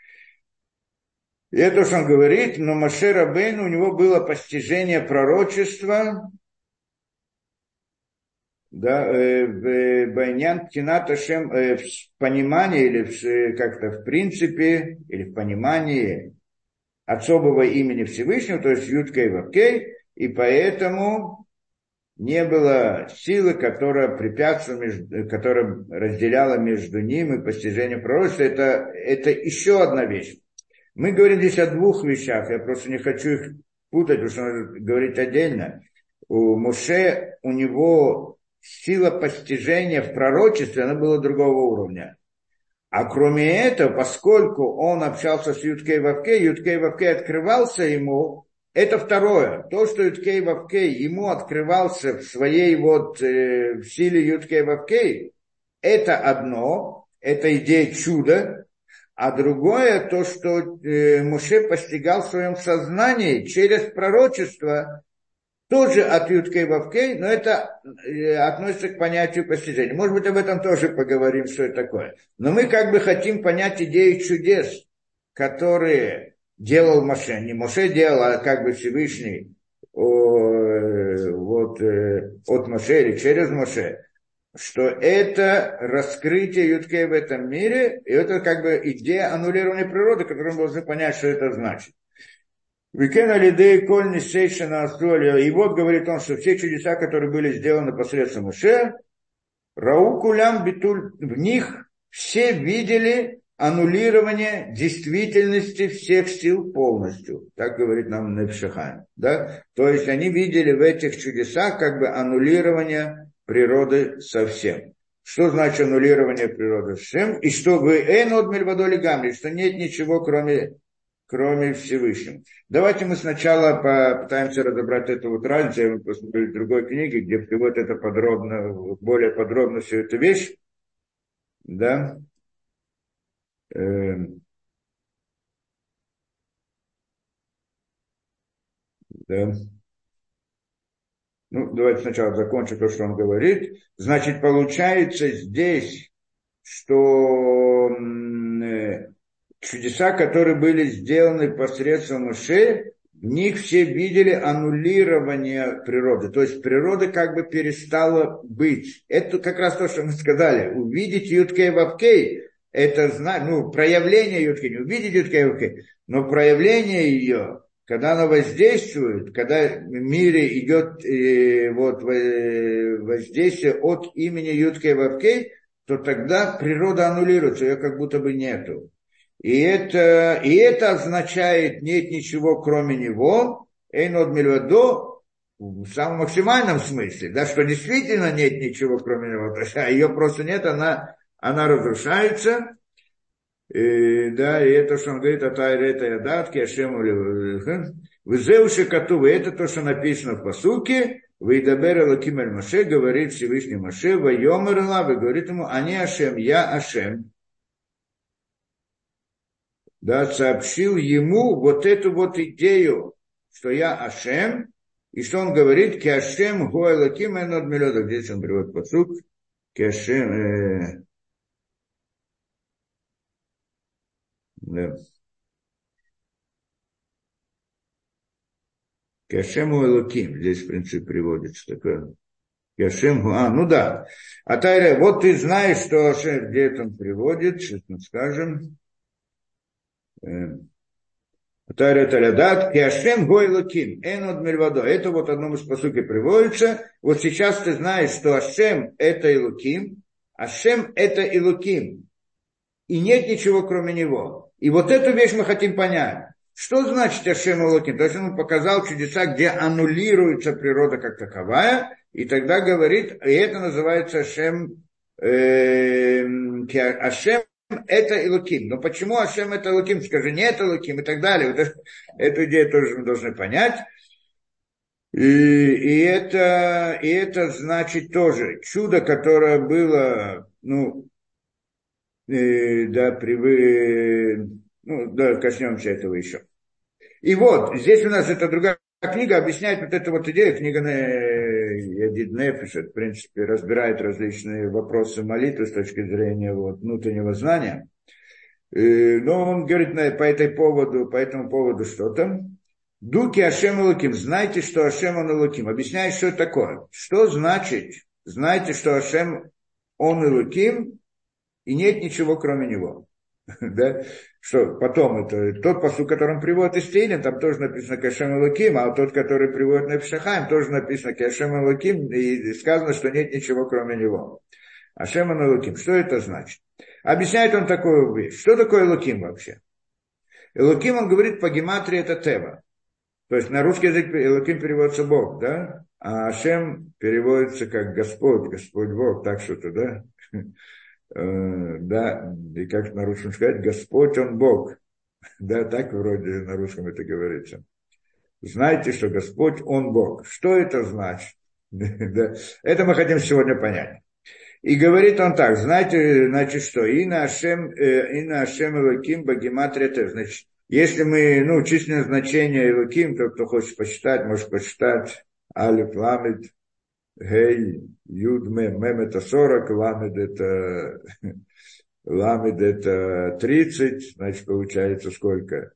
И это, что он говорит, но Моше Рабейну, у него было постижение пророчества, да, в Байнян Ктинат Ашем, в понимании или как-то в принципе, или в понимании особого имени Всевышнего, то есть Юд Кей Вав Кей, и поэтому не было силы, которая препятствовала, которая разделяла между ним и постижением пророчества. Это еще одна вещь. Мы говорим здесь о 2 вещах, я просто не хочу их путать, потому что он говорит отдельно. У Моше, у него сила постижения в пророчестве, она была другого уровня. А кроме этого, поскольку он общался с Юд-Кей Вав-Кей открывался ему, это второе. То, что Юд-Кей Вав-Кей ему открывался в своей вот в силе Юд-Кей Вав-Кей, это одно, это идея чуда. А другое, то, что Моше постигал в своем сознании через пророчество, тоже от Юд-Кей Вав-Кей, но это относится к понятию постижения. Может быть, об этом тоже поговорим, что это такое. Но мы как бы хотим понять идею чудес, которые делал Моше. Не Моше делал, а как бы Всевышний от Моше или через Моше. Что это раскрытие Юд-Кей в этом мире, и это как бы идея аннулирования природы, которую мы должны понять, что это значит. И вот говорит он, что все чудеса, которые были сделаны посредством Моше, Раукулям Битуль, в них все видели аннулирование действительности всех сил полностью. Так говорит нам Невшахайм. Да? То есть они видели в этих чудесах как бы аннулирование природы совсем. Что значит аннулирование природы совсем? И что вы энод мельвадоли гамри, что нет ничего, кроме Всевышнего. Давайте мы сначала попытаемся разобрать эту вот разницу. Я вам посмотрю в другой книге, где приводит это подробно, более подробно всю эту вещь. Да. Да. Ну, давайте сначала закончим то, что он говорит. Значит, получается здесь, что чудеса, которые были сделаны посредством Моше, в них все видели аннулирование природы. То есть природа как бы перестала быть. Это как раз то, что мы сказали. Увидеть Юд-Кей Вав-Кей, это проявление Юд-Кей, не увидеть Юд-Кей, но проявление ее, когда она воздействует, когда в мире идет воздействие от имени Юд-Кей, то тогда природа аннулируется, ее как будто бы нету. И это означает, нет ничего кроме него, эйнод мильвадо, в самом максимальном смысле, да, что действительно нет ничего кроме него, то есть, ее просто нет, она разрушается. Да, и это, что он говорит, это ядатки, Ашему Вызеуши Катува, это то, что написано в посуке, Вейдабер Элоким эль Моше, говорит Всевышний Моше, Вайомер Лав, и говорит ему, они Ашем, я Ашем. Да, сообщил ему вот эту вот идею, что я Ашем, и что он говорит, Ки Ашем Гу Элоким эль Нод Милода, здесь он приводит посук, Ки Ашем, да. Кашему Элоким, здесь, в принципе, приводится такое. Кашему, ну да. А Тайре, вот ты знаешь, что Ашем, где это он приводит, сейчас мы скажем. Тайре Талядат, Кашем Го Элоким, Энод Мельвадо. Это вот одном из посуки приводится. Вот сейчас ты знаешь, что Ашем это Элоким, Ашем это Элоким. И нет ничего кроме него. И вот эту вещь мы хотим понять. Что значит Ашем Элоким? То есть он показал чудеса, где аннулируется природа как таковая, и тогда говорит, и это называется Ашем, Ашем это Элоким. Но почему Ашем это Элоким? Скажи, нет Элоким и так далее. Вот эту идею тоже мы должны понять. И это значит тоже чудо, которое было, коснемся этого еще. И вот, здесь у нас эта другая книга объясняет вот эту вот идею, книга Ядид Нефеш, в принципе, разбирает различные вопросы молитвы с точки зрения внутреннего знания. Но он говорит по этому поводу что там? Дуки Ашем Элоким, знайте, что Ашем он Элоким. Объясняет, что это такое. Что значит, знайте, что Ашем он Элоким, и нет ничего кроме него. Да? Что потом, это тот посук, который он приводит из Теилим, там тоже написано Кашем Элоким, а тот, который приводит на Пшахаим, тоже написано Кашем Элоким, и сказано, что нет ничего кроме него. Ашем Элоким. Что это значит? Объясняет он такую вещь. Что такое Элоким вообще? Элоким, он говорит, по гематрии это Тева. То есть на русский язык Элоким переводится Бог, да? А Ашем переводится как Господь, Господь Бог, так что-то, да? Да, и как на русском сказать, Господь он Бог. Да, так вроде на русском это говорится. Знайте, что Господь он Бог. Что это значит? Да. Это мы хотим сегодня понять. И говорит он так, знаете, значит что? Ина Ашем Элоким Багематрия Тев. Значит, если мы, численное значение Элоким, то кто хочет почитать, может почитать Алиф Ламед Гей, Юд, Мем это 40, Ламед это 30, значит, получается сколько?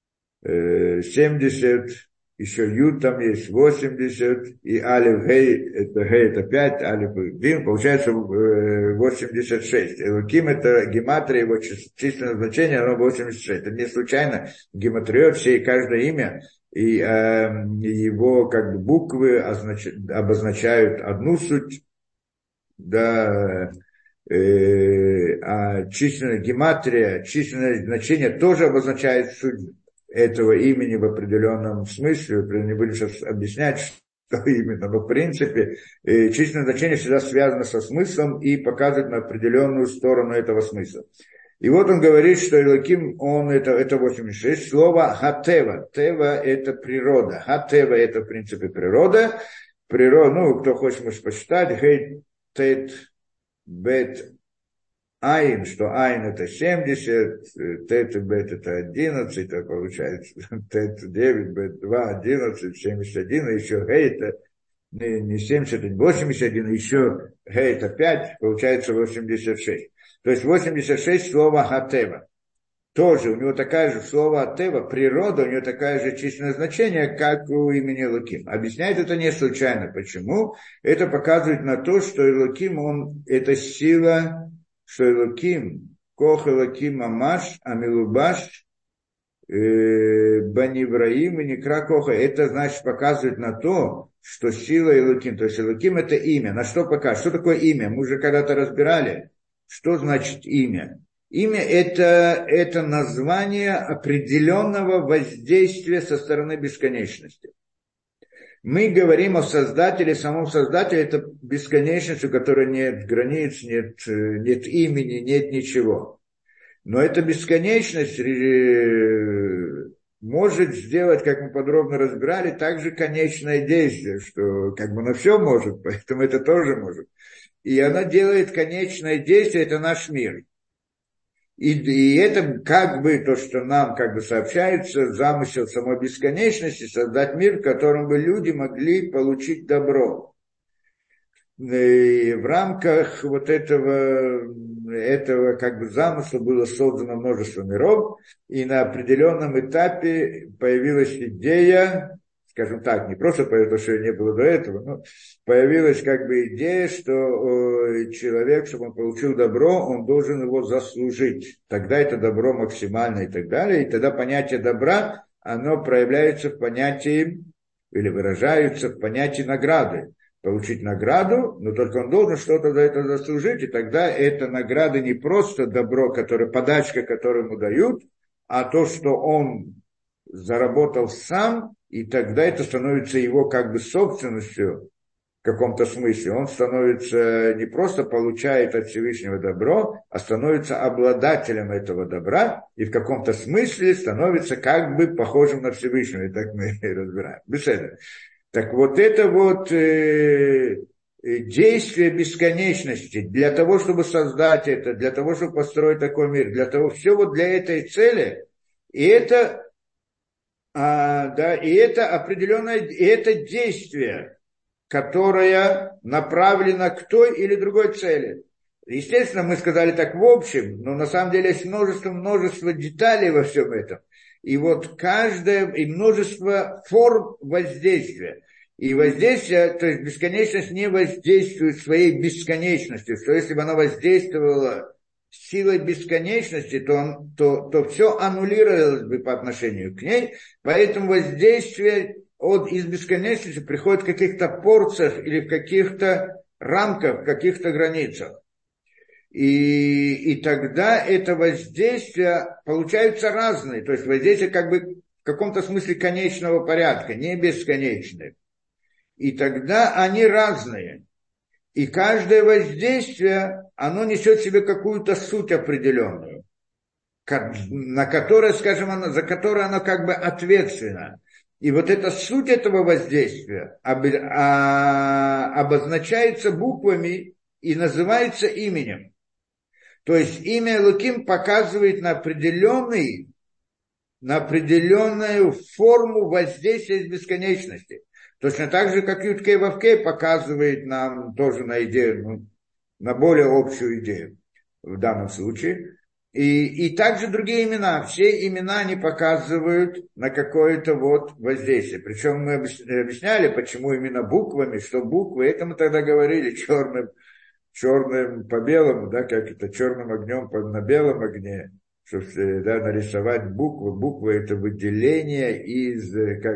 70, еще Юд там есть 80, и Алиф Гей это 5, Алиф Дим, получается 86. Элоким это гематрия, его численное значение, оно 86. Это не случайно гематриот, все и каждое имя, и его как бы буквы обозначают одну суть, да, а численная гематрия, численное значение тоже обозначает суть этого имени в определенном смысле. Не будем сейчас объяснять, что именно, но в принципе численное значение всегда связано со смыслом и показывает на определенную сторону этого смысла. И вот он говорит, что Элоким, он это 86. Слово хатева. Тева это природа. Хатева это в принципе природа. Природа, кто хочет, может почитать. Хей тет бет айн, что айн это 70, тет и бет это 11, это получается тет 9, бет 2, 11, 71, и еще хей это не 70, 81, еще хей это 5, получается 86. То есть 86 слова хатева. Тоже у него такая же слово хатева, природа, у него такое же численное значение, как у имени Элоким. Объясняет это не случайно. Почему? Это показывает на то, что Элоким, это сила, что Элоким, Кох Элоким Мамаш, Амилубаш, Банивраим и Некра Коха. Это значит показывает на то, что сила Элоким. То есть Элоким это имя. На что показывает? Что такое имя? Мы уже когда-то разбирали. Что значит имя? Имя это название определенного воздействия со стороны бесконечности. Мы говорим о Создателе, самом Создателе это бесконечность, у которой нет границ, нет имени, нет ничего. Но эта бесконечность может сделать, как мы подробно разбирали, также конечное действие, что как бы она все может, поэтому это тоже может. И она делает конечное действие, это наш мир. И это как бы то, что нам как бы сообщается, замысел самой бесконечности, создать мир, в котором бы люди могли получить добро. И в рамках вот этого как бы замысла было создано множество миров, и на определенном этапе появилась идея, скажем так, не просто потому, что не было до этого, но появилась как бы идея, что человек, чтобы он получил добро, он должен его заслужить. Тогда это добро максимально и так далее. И тогда понятие добра, оно проявляется в понятии, или выражается в понятии награды. Получить награду, но только он должен что-то за это заслужить, и тогда эта награда не просто добро, подачка, которую ему дают, а то, что он заработал сам, и тогда это становится его как бы собственностью в каком-то смысле. Он становится, не просто получает от Всевышнего добро, а становится обладателем этого добра, и в каком-то смысле становится как бы похожим на Всевышнего, и так мы разбираем. Беседа. Так вот это вот действие бесконечности для того, чтобы создать это, для того, чтобы построить такой мир, для того, все вот для этой цели, и это определенное, и это действие, которое направлено к той или другой цели. Естественно, мы сказали так в общем, но на самом деле есть множество деталей во всем этом. И вот и множество форм воздействия. И воздействие, то есть бесконечность не воздействует своей бесконечностью, что если бы она воздействовала силой бесконечности, то все аннулировалось бы по отношению к ней, поэтому воздействие из бесконечности приходит в каких-то порциях или в каких-то рамках, в каких-то границах. И тогда это воздействие получаются разные, то есть воздействие как бы в каком-то смысле конечного порядка, не бесконечное. И тогда они разные. И каждое воздействие, оно несет в себе какую-то суть определенную, на которой, скажем, за которой оно как бы ответственно. И вот эта суть этого воздействия обозначается буквами и называется именем. То есть имя Элоким показывает на определенную форму воздействия из бесконечности. Точно так же, как Ют Кей Вав Кей показывает нам тоже на идею, на более общую идею в данном случае. И также другие имена. Все имена они показывают на какое-то вот воздействие. Причем мы объясняли, почему именно буквами, что буквы, это мы тогда говорили черным по белому, да, как это черным огнем на белом огне, чтобы нарисовать буквы. Буквы это выделение из,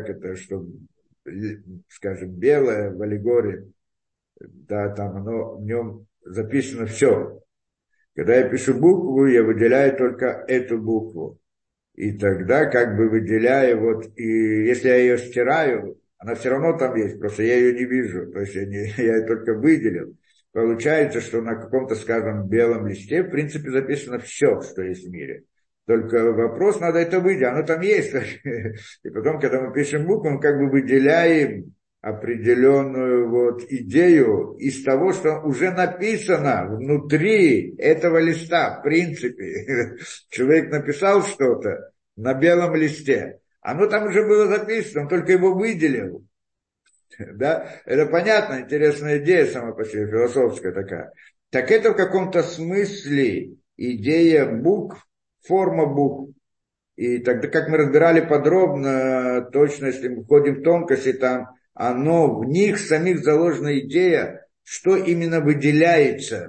скажем, белое в аллегории, да, там в нем записано все. Когда я пишу букву, я выделяю только эту букву. И тогда как бы выделяю и если я ее стираю, она все равно там есть, просто я ее не вижу, то есть я ее только выделил. Получается, что на каком-то, скажем, белом листе, в принципе, записано все, что есть в мире. Только вопрос, надо это выделить, оно там есть. И потом, когда мы пишем букву, мы как бы выделяем определенную идею из того, что уже написано внутри этого листа, в принципе. Человек написал что-то на белом листе, оно там уже было записано, он только его выделил. Да? Это понятно, интересная идея сама по себе, философская такая. Так это в каком-то смысле идея букв, форма букв. И тогда, как мы разбирали подробно, точно, если мы входим в тонкости, там в них самих заложена идея, что именно выделяется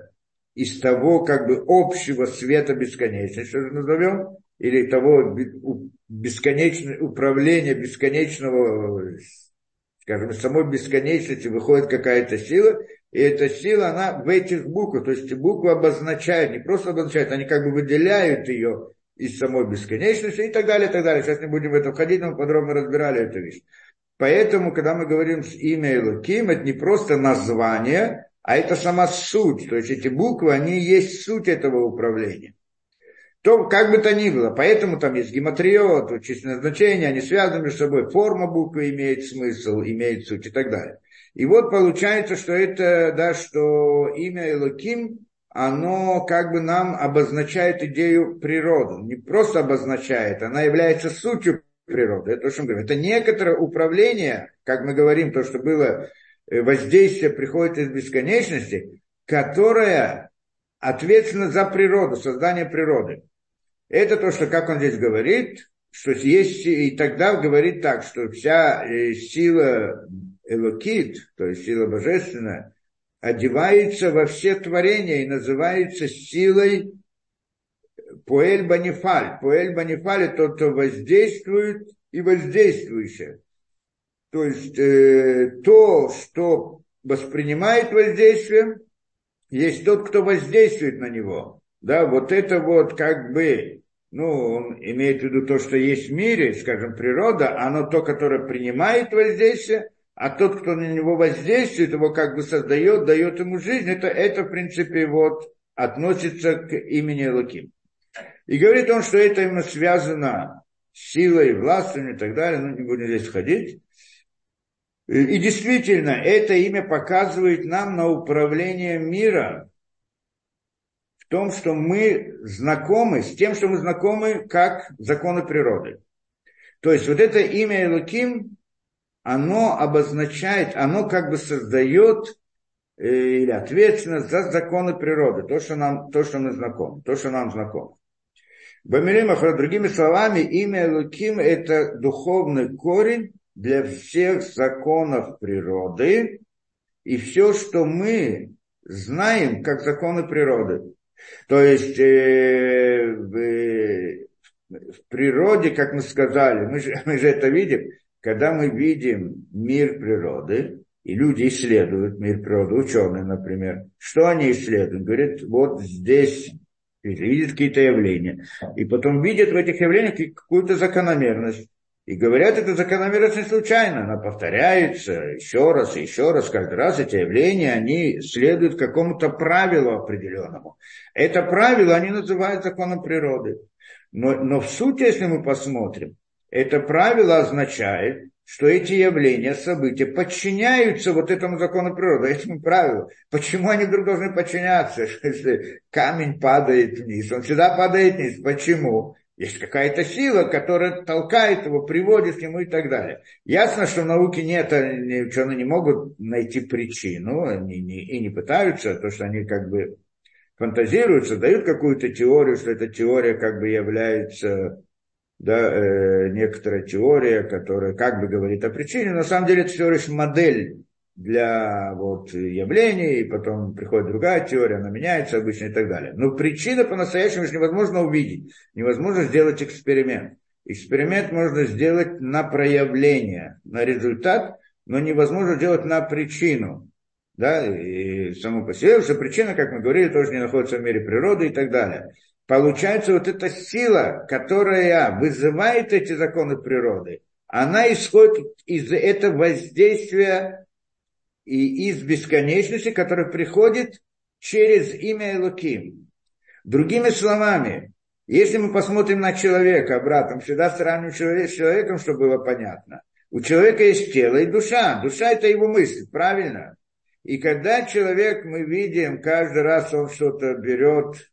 из того как бы общего света бесконечности, что же назовем, или того бесконечного управления бесконечного, скажем, из самой бесконечности выходит какая-то сила, и эта сила, она в этих буквах, то есть буквы обозначают, не просто обозначают, они как бы выделяют ее из самой бесконечности и так далее, и так далее. Сейчас не будем в это входить, но мы подробно разбирали эту вещь. Поэтому, когда мы говорим имя Элоким, это не просто название, а это сама суть. То есть эти буквы, они есть суть этого управления. То, как бы то ни было, поэтому там есть гематриот, численное значение, они связаны между собой, форма буквы имеет смысл, имеет суть и так далее. И вот получается, что это, да, что имя Элоким, оно как бы нам обозначает идею природы. Не просто обозначает, она является сутью природы. Это то, что мы говорим. Это некоторое управление, как мы говорим, то, что было воздействие приходит из бесконечности, которое ответственно за природу, создание природы. Это то, что, как он здесь говорит, что есть, и тогда говорит так, что вся сила Элокит, то есть сила божественная, одевается во все творения и называется силой Поэль Банифаль. Поэль Банифаль – это тот, кто воздействует и воздействующий. То есть то, что воспринимает воздействие, есть тот, кто воздействует на него. Да, вот это вот как бы, ну, он имеет в виду то, что есть в мире, скажем, природа, оно то, которое принимает воздействие, а тот, кто на него воздействует, его как бы создает, дает ему жизнь, это в принципе, вот, относится к имени Элоким. И говорит он, что это именно связано с силой, властью и так далее, ну, не будем здесь ходить. И действительно, это имя показывает нам на управление миром, в том, что мы знакомы с тем, что мы знакомы как законы природы. То есть вот это имя Элоким, оно обозначает, оно как бы создает или ответственность за законы природы, то, что мы знакомы, то, что нам знакомо. Бамилимах, другими словами, имя Элоким – это духовный корень для всех законов природы и все, что мы знаем как законы природы. То есть в природе, как мы сказали, мы же это видим, когда мы видим мир природы, и люди исследуют мир природы, ученые, например, что они исследуют? Говорят, вот здесь видят какие-то явления, и потом видят в этих явлениях какую-то закономерность. И говорят, эта закономерность не случайно, она повторяется еще раз и еще раз, каждый раз эти явления, они следуют какому-то правилу определенному. Это правило они называют законом природы. Но в сути, если мы посмотрим, это правило означает, что эти явления, события подчиняются вот этому закону природы, этому правилу. Почему они вдруг должны подчиняться? Если камень падает вниз, он всегда падает вниз. Почему? Есть какая-то сила, которая толкает его, приводит к нему и так далее. Ясно, что в науке нет, ученые не могут найти причину, они и не пытаются, то, что они как бы фантазируют, создают какую-то теорию, что эта теория как бы является, да, некоторая теория, которая как бы говорит о причине, но на самом деле это всего лишь модель для вот явлений, и потом приходит другая теория, она меняется обычно и так далее. Но причины по-настоящему же невозможно увидеть, невозможно сделать эксперимент. Эксперимент можно сделать на проявление, на результат, но невозможно сделать на причину. Да, и само по себе, что причина, как мы говорили, тоже не находится в мире природы и так далее. Получается, вот эта сила, которая вызывает эти законы природы, она исходит из этого воздействия и из бесконечности, которая приходит через имя Элоким. Другими словами, если мы посмотрим на человека обратно, всегда сравниваем человека с человеком, чтобы было понятно. У человека есть тело и душа. Душа – это его мысль, правильно? И когда человек, мы видим, каждый раз он что-то берет,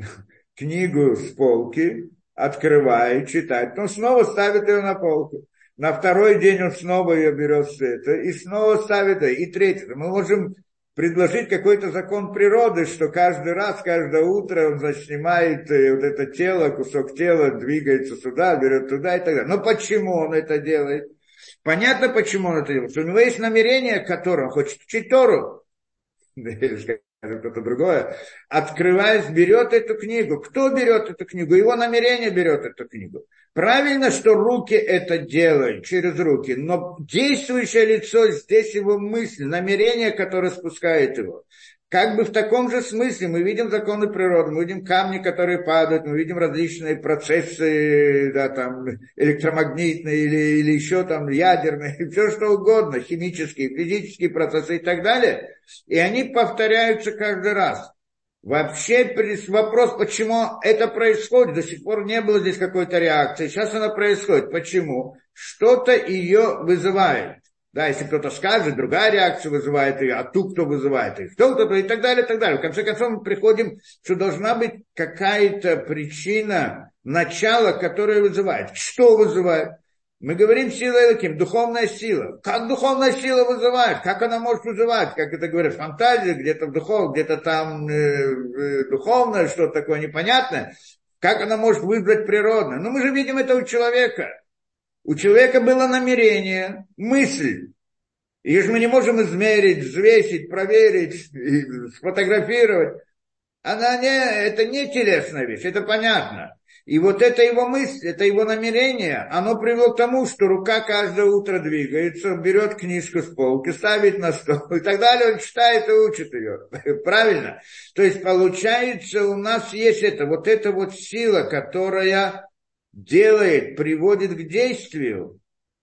книгу с полки, открывает, читает, он снова ставит ее на полку. На второй день он снова ее берет с этого, и снова ставит ее, и третий. Мы можем предложить какой-то закон природы, что каждый раз, каждое утро он, значит, снимает вот это тело, кусок тела, двигается сюда, берет туда и так далее. Но почему он это делает? Понятно, почему он это делает. Что у него есть намерение, которое он хочет учить Тору. кто-то другое, открываясь, берет эту книгу. Кто берет эту книгу? Его намерение берет эту книгу. Правильно, что руки это делают, через руки, но действующее лицо здесь его мысль, намерение, которое спускает его. Как бы в таком же смысле мы видим законы природы, мы видим камни, которые падают, мы видим различные процессы, да, там, электромагнитные или еще там ядерные, все что угодно, химические, физические процессы и так далее. И они повторяются каждый раз. Вообще вопрос, почему это происходит, до сих пор не было здесь какой-то реакции, сейчас она происходит. Почему? Что-то ее вызывает. Да, если кто-то скажет, другая реакция вызывает ее, а ту, кто вызывает ее, кто-то, и так далее, и так далее. В конце концов, мы приходим, что должна быть какая-то причина, начало, которое вызывает. Что вызывает? Мы говорим сила Элоким, духовная сила. Как духовная сила вызывает? Как она может вызывать? Как это говорят, фантазия, где-то в духовном, где-то там духовное, что-то такое непонятное. Как она может вызвать природное? Ну, мы же видим это у человека. У человека было намерение, мысль. Ее же мы не можем измерить, взвесить, проверить, сфотографировать. Это не телесная вещь, это понятно. И вот это его мысль, это его намерение, оно привело к тому, что рука каждое утро двигается, берет книжку с полки, ставит на стол, и так далее, он читает и учит ее. Правильно? То есть, получается, у нас есть эта вот сила, которая делает, приводит к действию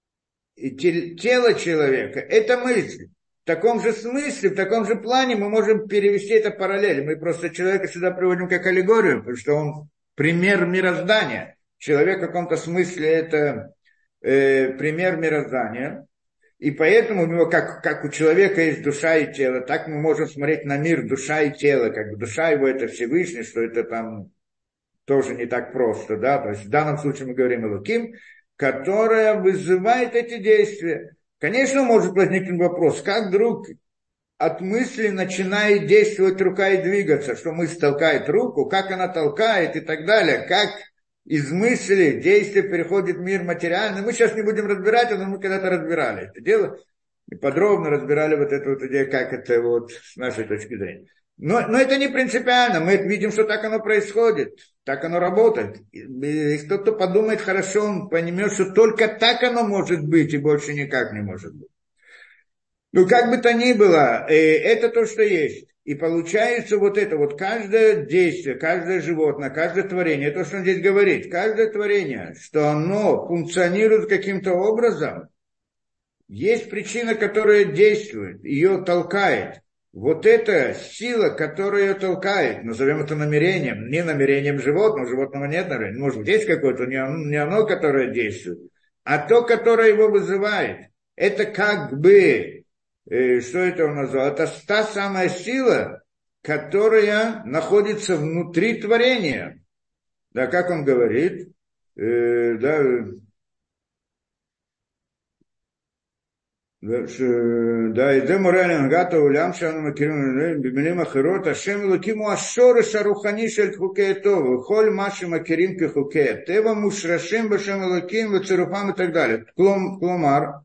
и тело человека. Это мысль. В таком же смысле, в таком же плане мы можем перевести это параллель. Мы просто человека сюда приводим как аллегорию, потому что он пример мироздания. Человек в каком-то смысле это пример мироздания. И поэтому у него, как у человека есть душа и тело, так мы можем смотреть на мир душа и тело. Как бы душа его это Всевышний, что это там тоже не так просто, да, то есть в данном случае мы говорим о Элоким, которая вызывает эти действия. Конечно, может возникнуть вопрос, как вдруг от мысли начинает действовать рука и двигаться, что мысль толкает руку, как она толкает и так далее, как из мысли действие переходит в мир материальный. Мы сейчас не будем разбирать, но мы когда-то разбирали это дело, и подробно разбирали вот эту вот идею, как это вот с нашей точки зрения. Но это не принципиально, мы видим, что так оно происходит, так оно работает. Если кто-то подумает хорошо, он поймет, что только так оно может быть и больше никак не может быть. Ну, как бы то ни было, это то, что есть. И получается вот это вот каждое действие, каждое животное, каждое творение, то, что он здесь говорит, каждое творение, что оно функционирует каким-то образом, есть причина, которая действует, ее толкает. Вот эта сила, которая ее толкает, назовем это намерением, не намерением животного, у животного нет намерения, может быть, есть какое-то, не оно, которое действует, а то, которое его вызывает. Это как бы, что это он назвал, это та самая сила, которая находится внутри творения. Да, как он говорит, да, да, и де морален гата улям шану макирим бимилим ахирот ашем элокиму ашореш арухани шель хукей тов холь маши макирим ки хукей тева мушрашим башем элоким вецерухам и так далее. Кломар,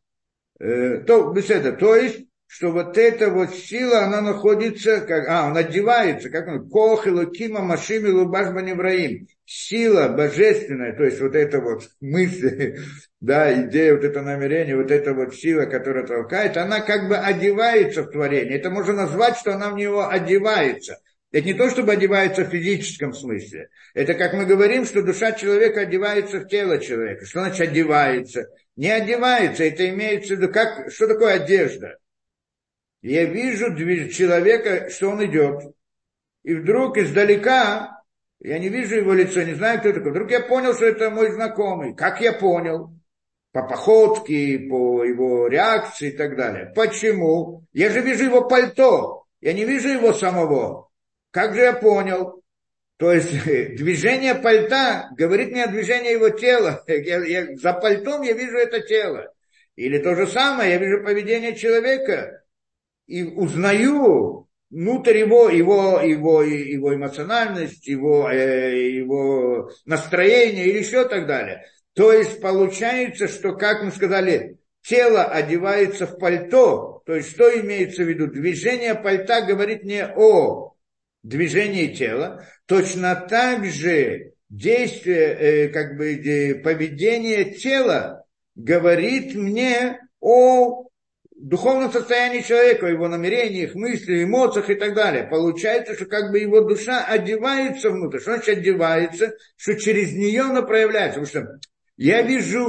то есть, что вот эта вот сила, она находится, он одевается, как он, кох элокима машим лубаш баневраим. Сила божественная, то есть вот эта вот мысль, да, идея, вот это намерение, вот эта вот сила, которая толкает, она как бы одевается в творение. Это можно назвать, что она в него одевается. Это не то, чтобы одевается в физическом смысле. Это как мы говорим, что душа человека одевается в тело человека. Что значит одевается? Не одевается, это имеется в виду, что такое одежда? Я вижу человека, что он идет, и вдруг издалека, я не вижу его лица, не знаю, кто такой, вдруг я понял, что это мой знакомый. Как я понял? По походке, по его реакции и так далее. Почему? Я же вижу его пальто, я не вижу его самого. Как же я понял? То есть движение пальта говорит мне о движении его тела. За пальтом я вижу это тело. Или то же самое, я вижу поведение человека и узнаю внутрь его эмоциональность, его настроение или еще так далее. То есть получается, что, как мы сказали, тело одевается в пальто, То есть, что имеется в виду? Движение пальта говорит не о движении тела. Точно так же действие, поведение тела говорит мне о духовном состоянии человека, его намерениях, мыслях, эмоциях и так далее. Получается, что его душа одевается внутрь. Что значит одевается? Что через нее она проявляется. Потому что я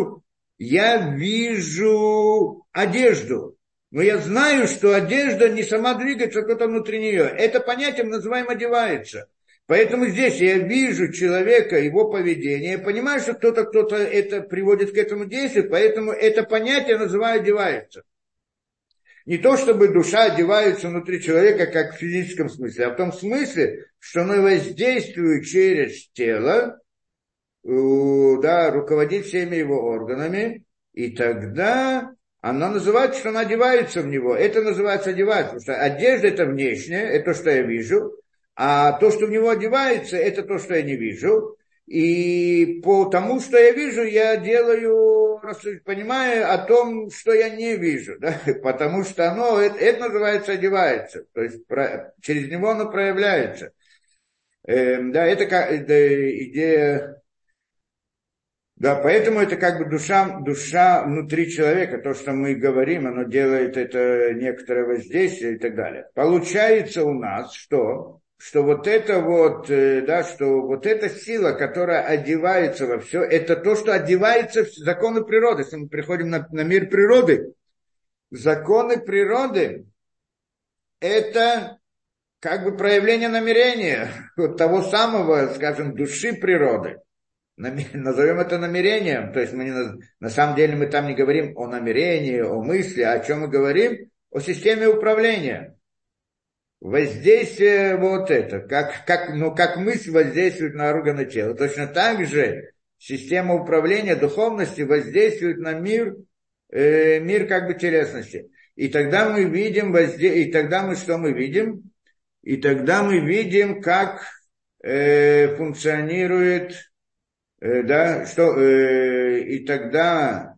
вижу одежду, но я знаю, что одежда не сама двигается, а кто-то внутри нее. Это понятие мы называем одевается. Поэтому здесь я вижу человека, его поведение, я понимаю, что кто-то это приводит к этому действию, поэтому это понятие называю одевается. Не то, чтобы душа одевается внутри человека, как в физическом смысле, а в том смысле, что оно воздействует через тело, руководит всеми его органами, и тогда она называется, что она одевается в него. Это называется одеваться, потому что одежда это внешнее, это то, что я вижу, а то, что в него одевается, это то, что я не вижу. И по тому, что я вижу, я понимаю о том, что я не вижу, да? Потому что это называется одевается, то есть через него оно проявляется. Это идея. Да, поэтому это душа внутри человека, то, что мы говорим, оно делает это некоторое воздействие и так далее. Получается у нас, что вот эта сила, которая одевается во все, это то, что одевается в законы природы. Если мы приходим на мир природы, законы природы – это проявление намерения, вот того самого, скажем, души природы. Назовем это намерением, то есть на самом деле мы там не говорим о намерении, о мысли, а о чем мы говорим? О системе управления. Воздействие как мысль воздействует на органы тела. Точно так же система управления духовности воздействует на мир телесности. И тогда мы видим что мы видим? И тогда мы видим, как функционирует, и тогда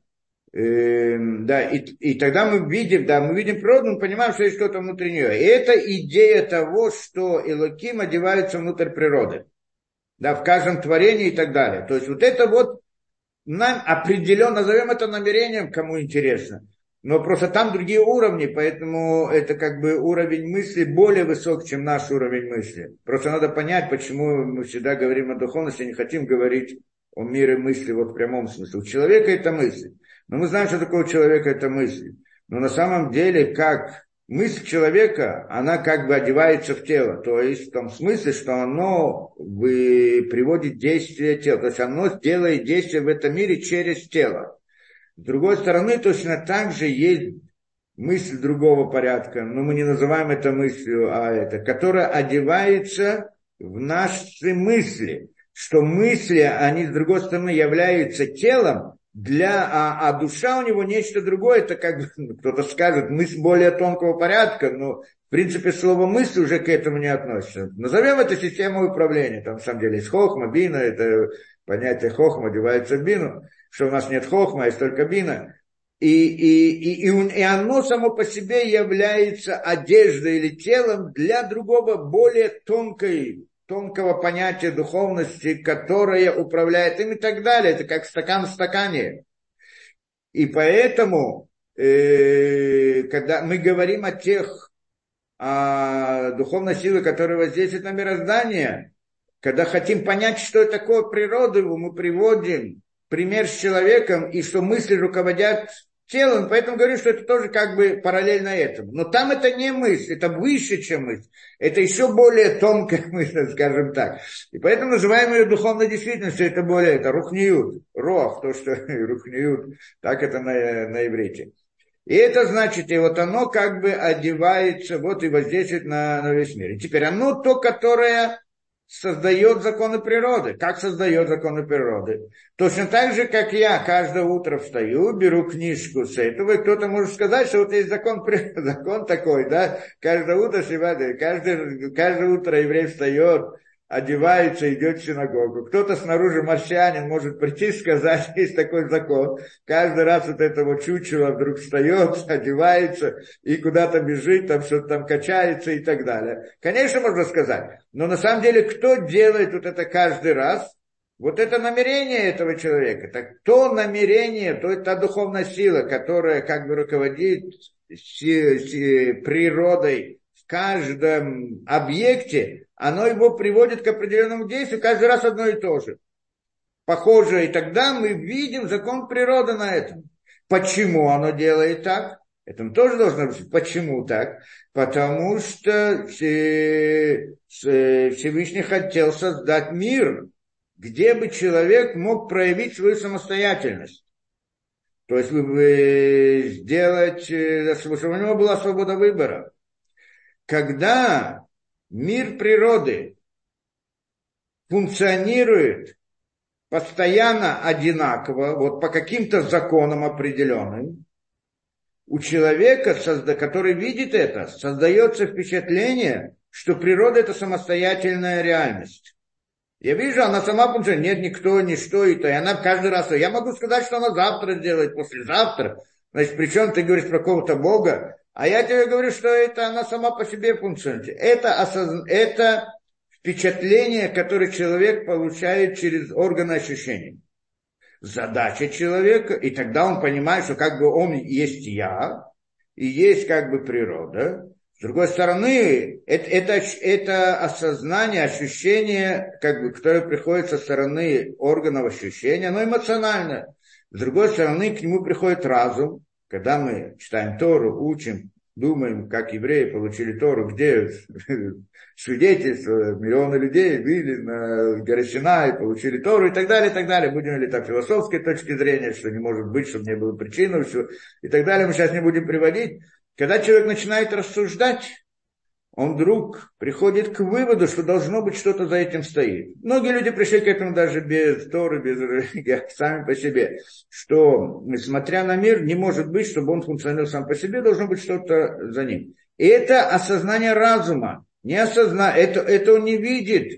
мы видим природу, мы понимаем, что есть что-то внутри нее. И это идея того, что Элоким одевается внутрь природы. В каждом творении и так далее. То есть это нам определенно, назовем это намерением, кому интересно. Но просто там другие уровни, поэтому это уровень мысли более высок, чем наш уровень мысли. Просто надо понять, почему мы всегда говорим о духовности, не хотим говорить о мире мысли в прямом смысле. У человека это мысль. Но мы знаем, что такое у человека это мысль. Но на самом деле, как мысль человека, она одевается в тело. То есть в том смысле, что оно приводит действие тела. То есть оно делает действие в этом мире через тело. С другой стороны, точно так же есть мысль другого порядка, но мы не называем это мыслью, которая одевается в наши мысли. Что мысли, они, с другой стороны, являются телом, а душа у него нечто другое, это кто-то скажет, мысль более тонкого порядка, но, в принципе, слово мысль уже к этому не относится. Назовем это системой управления, там, на самом деле, есть хохма, бина, это понятие хохма одевается в бину, что у нас нет хохма, а есть только бина. И оно само по себе является одеждой или телом для другого, более тонкого понятия духовности, которое управляет им и так далее. Это как стакан в стакане. И поэтому, когда мы говорим о духовной силе, которая воздействует на мироздание, когда хотим понять, что такое природа, мы приводим пример с человеком, и что мысли руководят телом, поэтому говорю, что это тоже параллельно этому. Но там это не мысль, это выше, чем мысль. Это еще более тонкая мысль, скажем так. И поэтому называем ее духовной действительностью, это рухниют, рох, то, что рухниют, так это на иврите. И это значит, и оно одевается, и воздействует на весь мир. И теперь оно то, которое создает законы природы. Как создает законы природы? Точно так же, как я каждое утро встаю, беру книжку с этого, и кто-то может сказать, что есть закон такой, да? Каждое утро каждое утро еврей встает, одевается, идет в синагогу. Кто-то снаружи марсианин может прийти и сказать, есть такой закон. Каждый раз вот это вот чучело вдруг встает, одевается и куда-то бежит, там что-то там качается и так далее. Конечно, можно сказать. Но на самом деле, кто делает вот это каждый раз? Вот это намерение этого человека. Так то намерение, то это та духовная сила, которая как бы руководит природой в каждом объекте, оно его приводит к определенному действию, каждый раз одно и то же. Похоже, и тогда мы видим закон природы на этом. Почему оно делает так? Это тоже должно быть. Почему так? Потому что Всевышний хотел создать мир, где бы человек мог проявить свою самостоятельность. То есть сделать, чтобы у него была свобода выбора. Когда мир природы функционирует постоянно одинаково, вот по каким-то законам определенным, у человека, который видит это, создается впечатление, что природа – это самостоятельная реальность. Я вижу, она сама функционирует, нет никто, ничто, и она каждый раз, я могу сказать, что она завтра сделает, послезавтра, значит, причем ты говоришь про какого-то Бога, а я тебе говорю, что это она сама по себе функционирует. Это впечатление, которое человек получает через органы ощущений. Задача человека, и тогда он понимает, что как бы он есть я, и есть как бы природа. С другой стороны, это осознание, ощущение, как бы, которое приходит со стороны органов ощущения, оно эмоциональное. С другой стороны, к нему приходит разум, когда мы читаем Тору, учим, думаем, как евреи получили Тору, где свидетельства, миллионы людей были на горе Синай, получили Тору и так далее, и так далее. Будем ли там философской точки зрения, что не может быть, чтобы не было причины, и так далее, мы сейчас не будем приводить. Когда человек начинает рассуждать, он вдруг приходит к выводу, что должно быть что-то за этим стоит. Многие люди пришли к этому даже без Торы, без религии, сами по себе. Что, несмотря на мир, не может быть, чтобы он функционировал сам по себе, должно быть что-то за ним. И это осознание разума. Это он не видит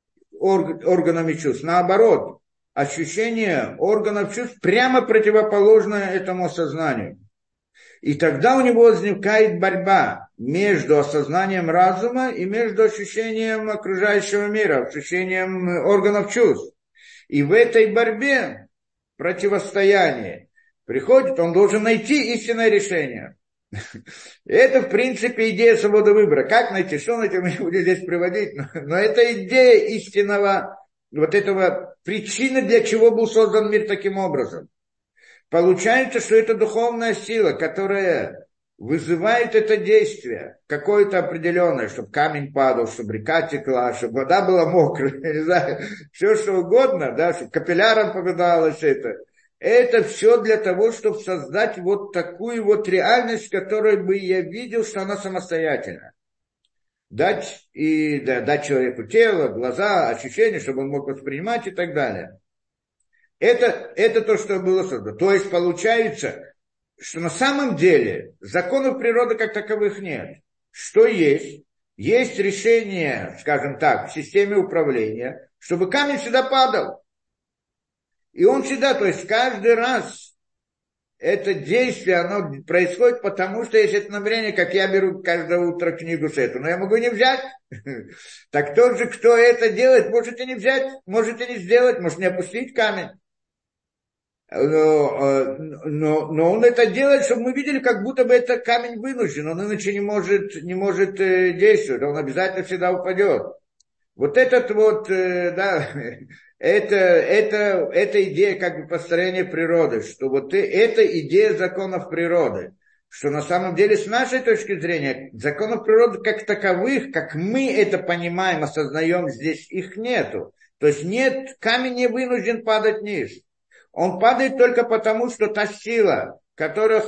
органами чувств. Наоборот, ощущение органов чувств прямо противоположное этому осознанию. И тогда у него возникает борьба между осознанием разума и между ощущением окружающего мира, ощущением органов чувств. И в этой борьбе противостояние приходит, он должен найти истинное решение. Это, в принципе, идея свободы выбора. Как найти, что найти, мы не будем здесь приводить, но это идея истинного, вот этого причины, для чего был создан мир таким образом. Получается, что это духовная сила, которая вызывает это действие, какое-то определенное, чтобы камень падал, чтобы река текла, чтобы вода была мокрая, не знаю, все что угодно, да, чтобы капилляром попадалось это. Это все для того, чтобы создать вот такую вот реальность, в которой бы я видел, что она самостоятельна. Дать человеку тело, глаза, ощущения, чтобы он мог воспринимать и так далее. Это то, что было создано. То есть получается, что на самом деле законов природы как таковых нет. Что есть? Есть решение, скажем так, в системе управления, чтобы камень всегда падал. И он всегда, то есть каждый раз это действие, оно происходит, потому что есть это намерение, как я беру каждое утро книгу с этого. Но я могу не взять. Так тот же, кто это делает, может и не взять, может и не сделать, может не опустить камень. Но он это делает, чтобы мы видели, как будто бы это камень вынужден, он иначе не может действовать, он обязательно всегда упадет. Вот этот вот, да, это идея как бы построения природы, что вот это идея законов природы, что на самом деле с нашей точки зрения законов природы как таковых, как мы это понимаем, осознаем, здесь их нету. То есть нет, камень не вынужден падать вниз. Он падает только потому, что та сила, которая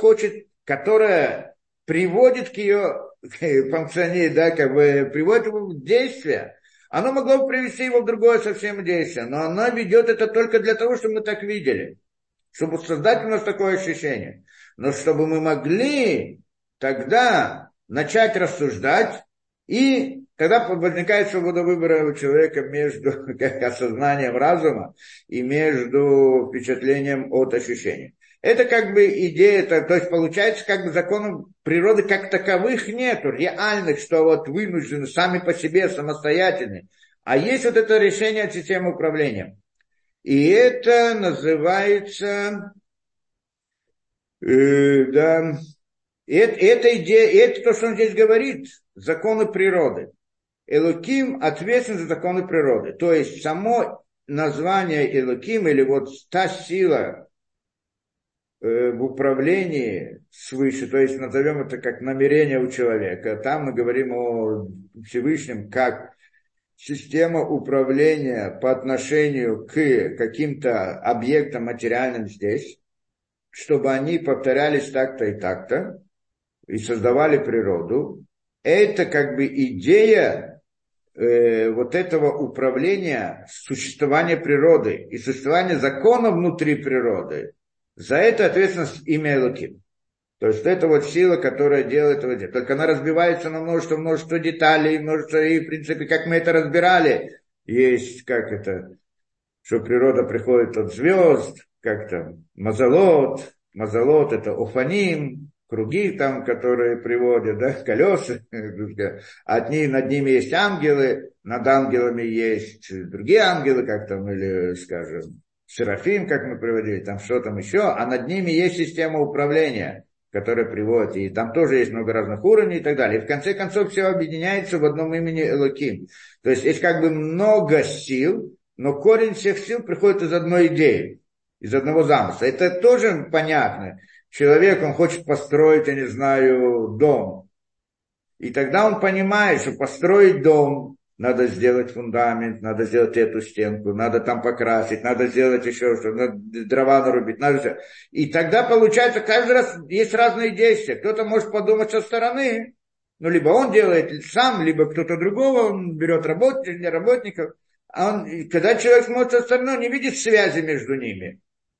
приводит к ее функционированию, да, как бы приводит его в действие, она могла бы привести его в другое совсем действие, но она ведет это только для того, чтобы мы так видели, чтобы создать у нас такое ощущение. Но чтобы мы могли тогда начать рассуждать и тогда возникает свобода выбора у человека между осознанием разума и между впечатлением от ощущения. Это как бы идея, то есть получается, как бы законов природы как таковых нету, реальных, что вот вынуждены сами по себе, самостоятельны. А есть вот это решение от системы управления. И это называется, да, это идея, это то, что он здесь говорит, законы природы. Элоким ответственен за законы природы. То есть само название Элоким, или вот та сила в управлении свыше, то есть назовем это как намерение у человека. Там мы говорим о Всевышнем как система управления по отношению к каким-то объектам материальным здесь, чтобы они повторялись так-то и так-то, и создавали природу. Это как бы идея вот этого управления существования природы и существования закона внутри природы. За это ответственность имя Элоким. То есть это вот сила, которая делает это. Только она разбивается на множество деталей, и в принципе, как мы это разбирали, есть как это, что природа приходит от звезд, как там, мазалот это офаним, круги там, которые приводят, да, колеса, над ними есть ангелы, над ангелами есть другие ангелы, как там, или, скажем, Серафим, как мы приводили, там что там еще, а над ними есть система управления, которая приводит, и там тоже есть много разных уровней и так далее. И в конце концов все объединяется в одном имени Элоким. То есть есть как бы много сил, но корень всех сил приходит из одной идеи, из одного замысла. Это тоже понятно. Человек, он хочет построить, я не знаю, дом. И тогда он понимает, что построить дом, надо сделать фундамент, надо сделать эту стенку, надо там покрасить, надо сделать еще что-то, надо дрова нарубить, надо все. И тогда получается, каждый раз есть разные действия. Кто-то может подумать со стороны, ну, либо он делает сам, либо кто-то другого, он берет работников. А когда человек смотрит со стороны, он не видит связи между ними.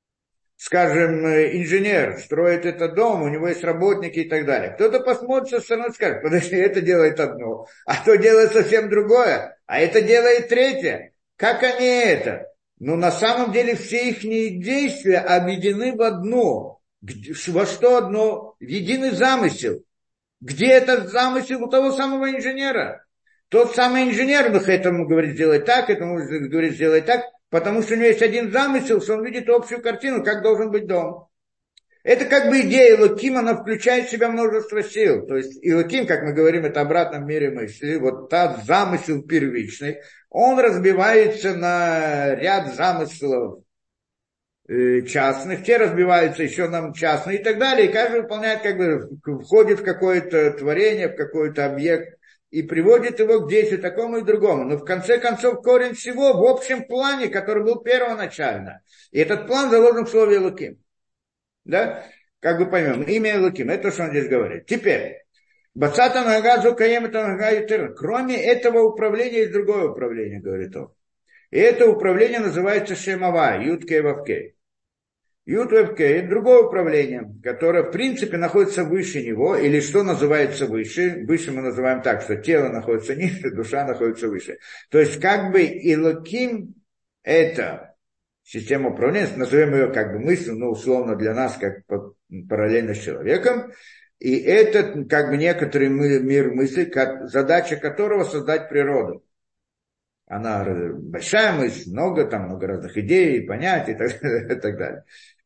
Скажем, инженер строит этот дом, у него есть работники и так далее. Кто-то посмотрит со стороны и скажет, подожди, это делает одно, а то делает совсем другое, а это делает третье. Как они это? Ну, на самом деле все их действия объединены в одно. Во что одно? В единый замысел. Где этот замысел у того самого инженера? Тот самый инженер этому говорит, сделай так, этому говорит, сделай так. Потому что у него есть один замысел, что он видит общую картину, как должен быть дом. Это как бы идея Элоким, она включает в себя множество сил. То есть Элоким, как мы говорим, это обратном мире мысли. Вот тот замысел первичный, он разбивается на ряд замыслов частных, те разбиваются еще на частные и так далее. И каждый выполняет, как бы входит в какое-то творение, в какой-то объект, и приводит его к действию такому и другому. Но в конце концов корень всего в общем плане, который был первоначально. И этот план заложен в слове Элоким. Да? Как бы поймем. Имя Элоким. Это что он здесь говорит. Теперь. Бацата нагазу каем это нагаю. Кроме этого управления есть другое управление, говорит он. И это управление называется Шемава. Ют-кей вав-кей. Ют-вав-кей – это другое управление, которое в принципе находится выше него, или что называется выше. Выше мы называем так, что тело находится ниже, душа находится выше. То есть как бы Элоким – это система управления, назовем ее как бы мыслью, но условно для нас как параллельно с человеком. И это как бы некоторый мир мысли, задача которого создать природу. Она большая мысль, много разных идей, понятий и так далее.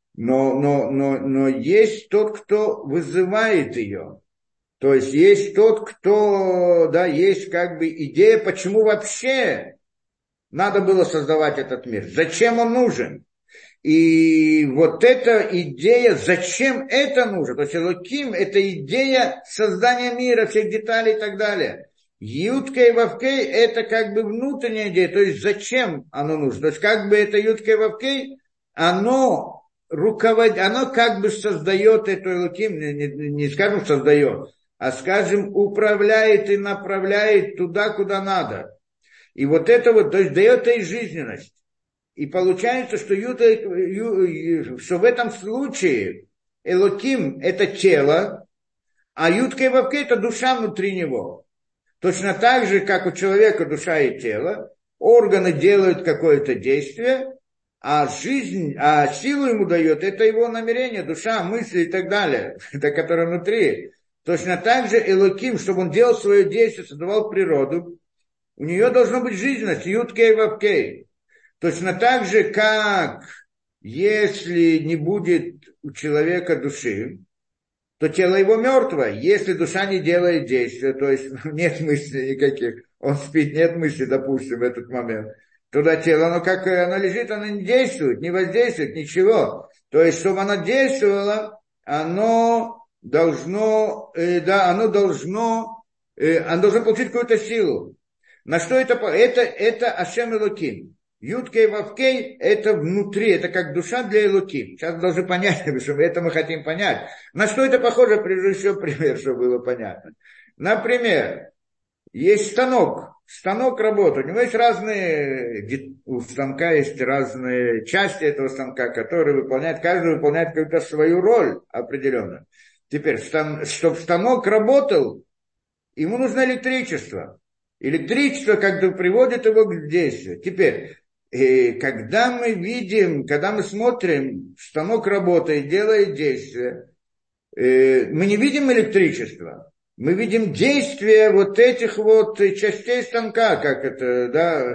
Но есть тот, кто вызывает ее. То есть есть тот, кто, да, есть как бы идея, почему вообще надо было создавать этот мир. Зачем он нужен? И вот эта идея, зачем это нужно? То есть Элоким – это идея создания мира, всех деталей и так далее. Юткей вавкей – это как бы внутренняя идея, то есть зачем оно нужно. То есть как бы это юткей вавкей, оно как бы создает эту Элоким, не скажем создает, а скажем управляет и направляет туда, куда надо. И вот это вот, то есть дает ей жизненность. И получается, что в этом случае Элоким – это тело, а Юткей вавкей – это душа внутри него. Точно так же, как у человека душа и тело, органы делают какое-то действие, а жизнь, а силу ему дает, это его намерение, душа, мысли и так далее, это которое внутри. Точно так же Элоким, чтобы он делал свое действие, создавал природу, у нее должна быть жизненность, ют-кей вав-кей. Точно так же, как если не будет у человека души, то тело его мертвое. Если душа не делает действия, то есть нет мыслей никаких, он спит, нет мысли, допустим, в этот момент, тогда тело, оно как оно лежит, оно не действует, не воздействует, ничего. То есть, чтобы оно действовало, оно должно, оно должно получить какую-то силу. На что это? Это Ашем Элоким. Юткей Вавкей – это внутри, это как душа для Элоким. Сейчас должны понять, потому что это мы хотим понять. На что это похоже? Приведу еще пример, чтобы было понятно. Например, есть станок. Станок работает. У него есть у станка есть разные части этого станка, которые выполняют, каждый выполняет какую-то свою роль определенную. Теперь, чтобы станок работал, ему нужно электричество. Электричество как-то приводит его к действию. Теперь, когда мы смотрим, станок работает, делает действие, мы не видим электричество. Мы видим действие вот этих вот частей станка, как это,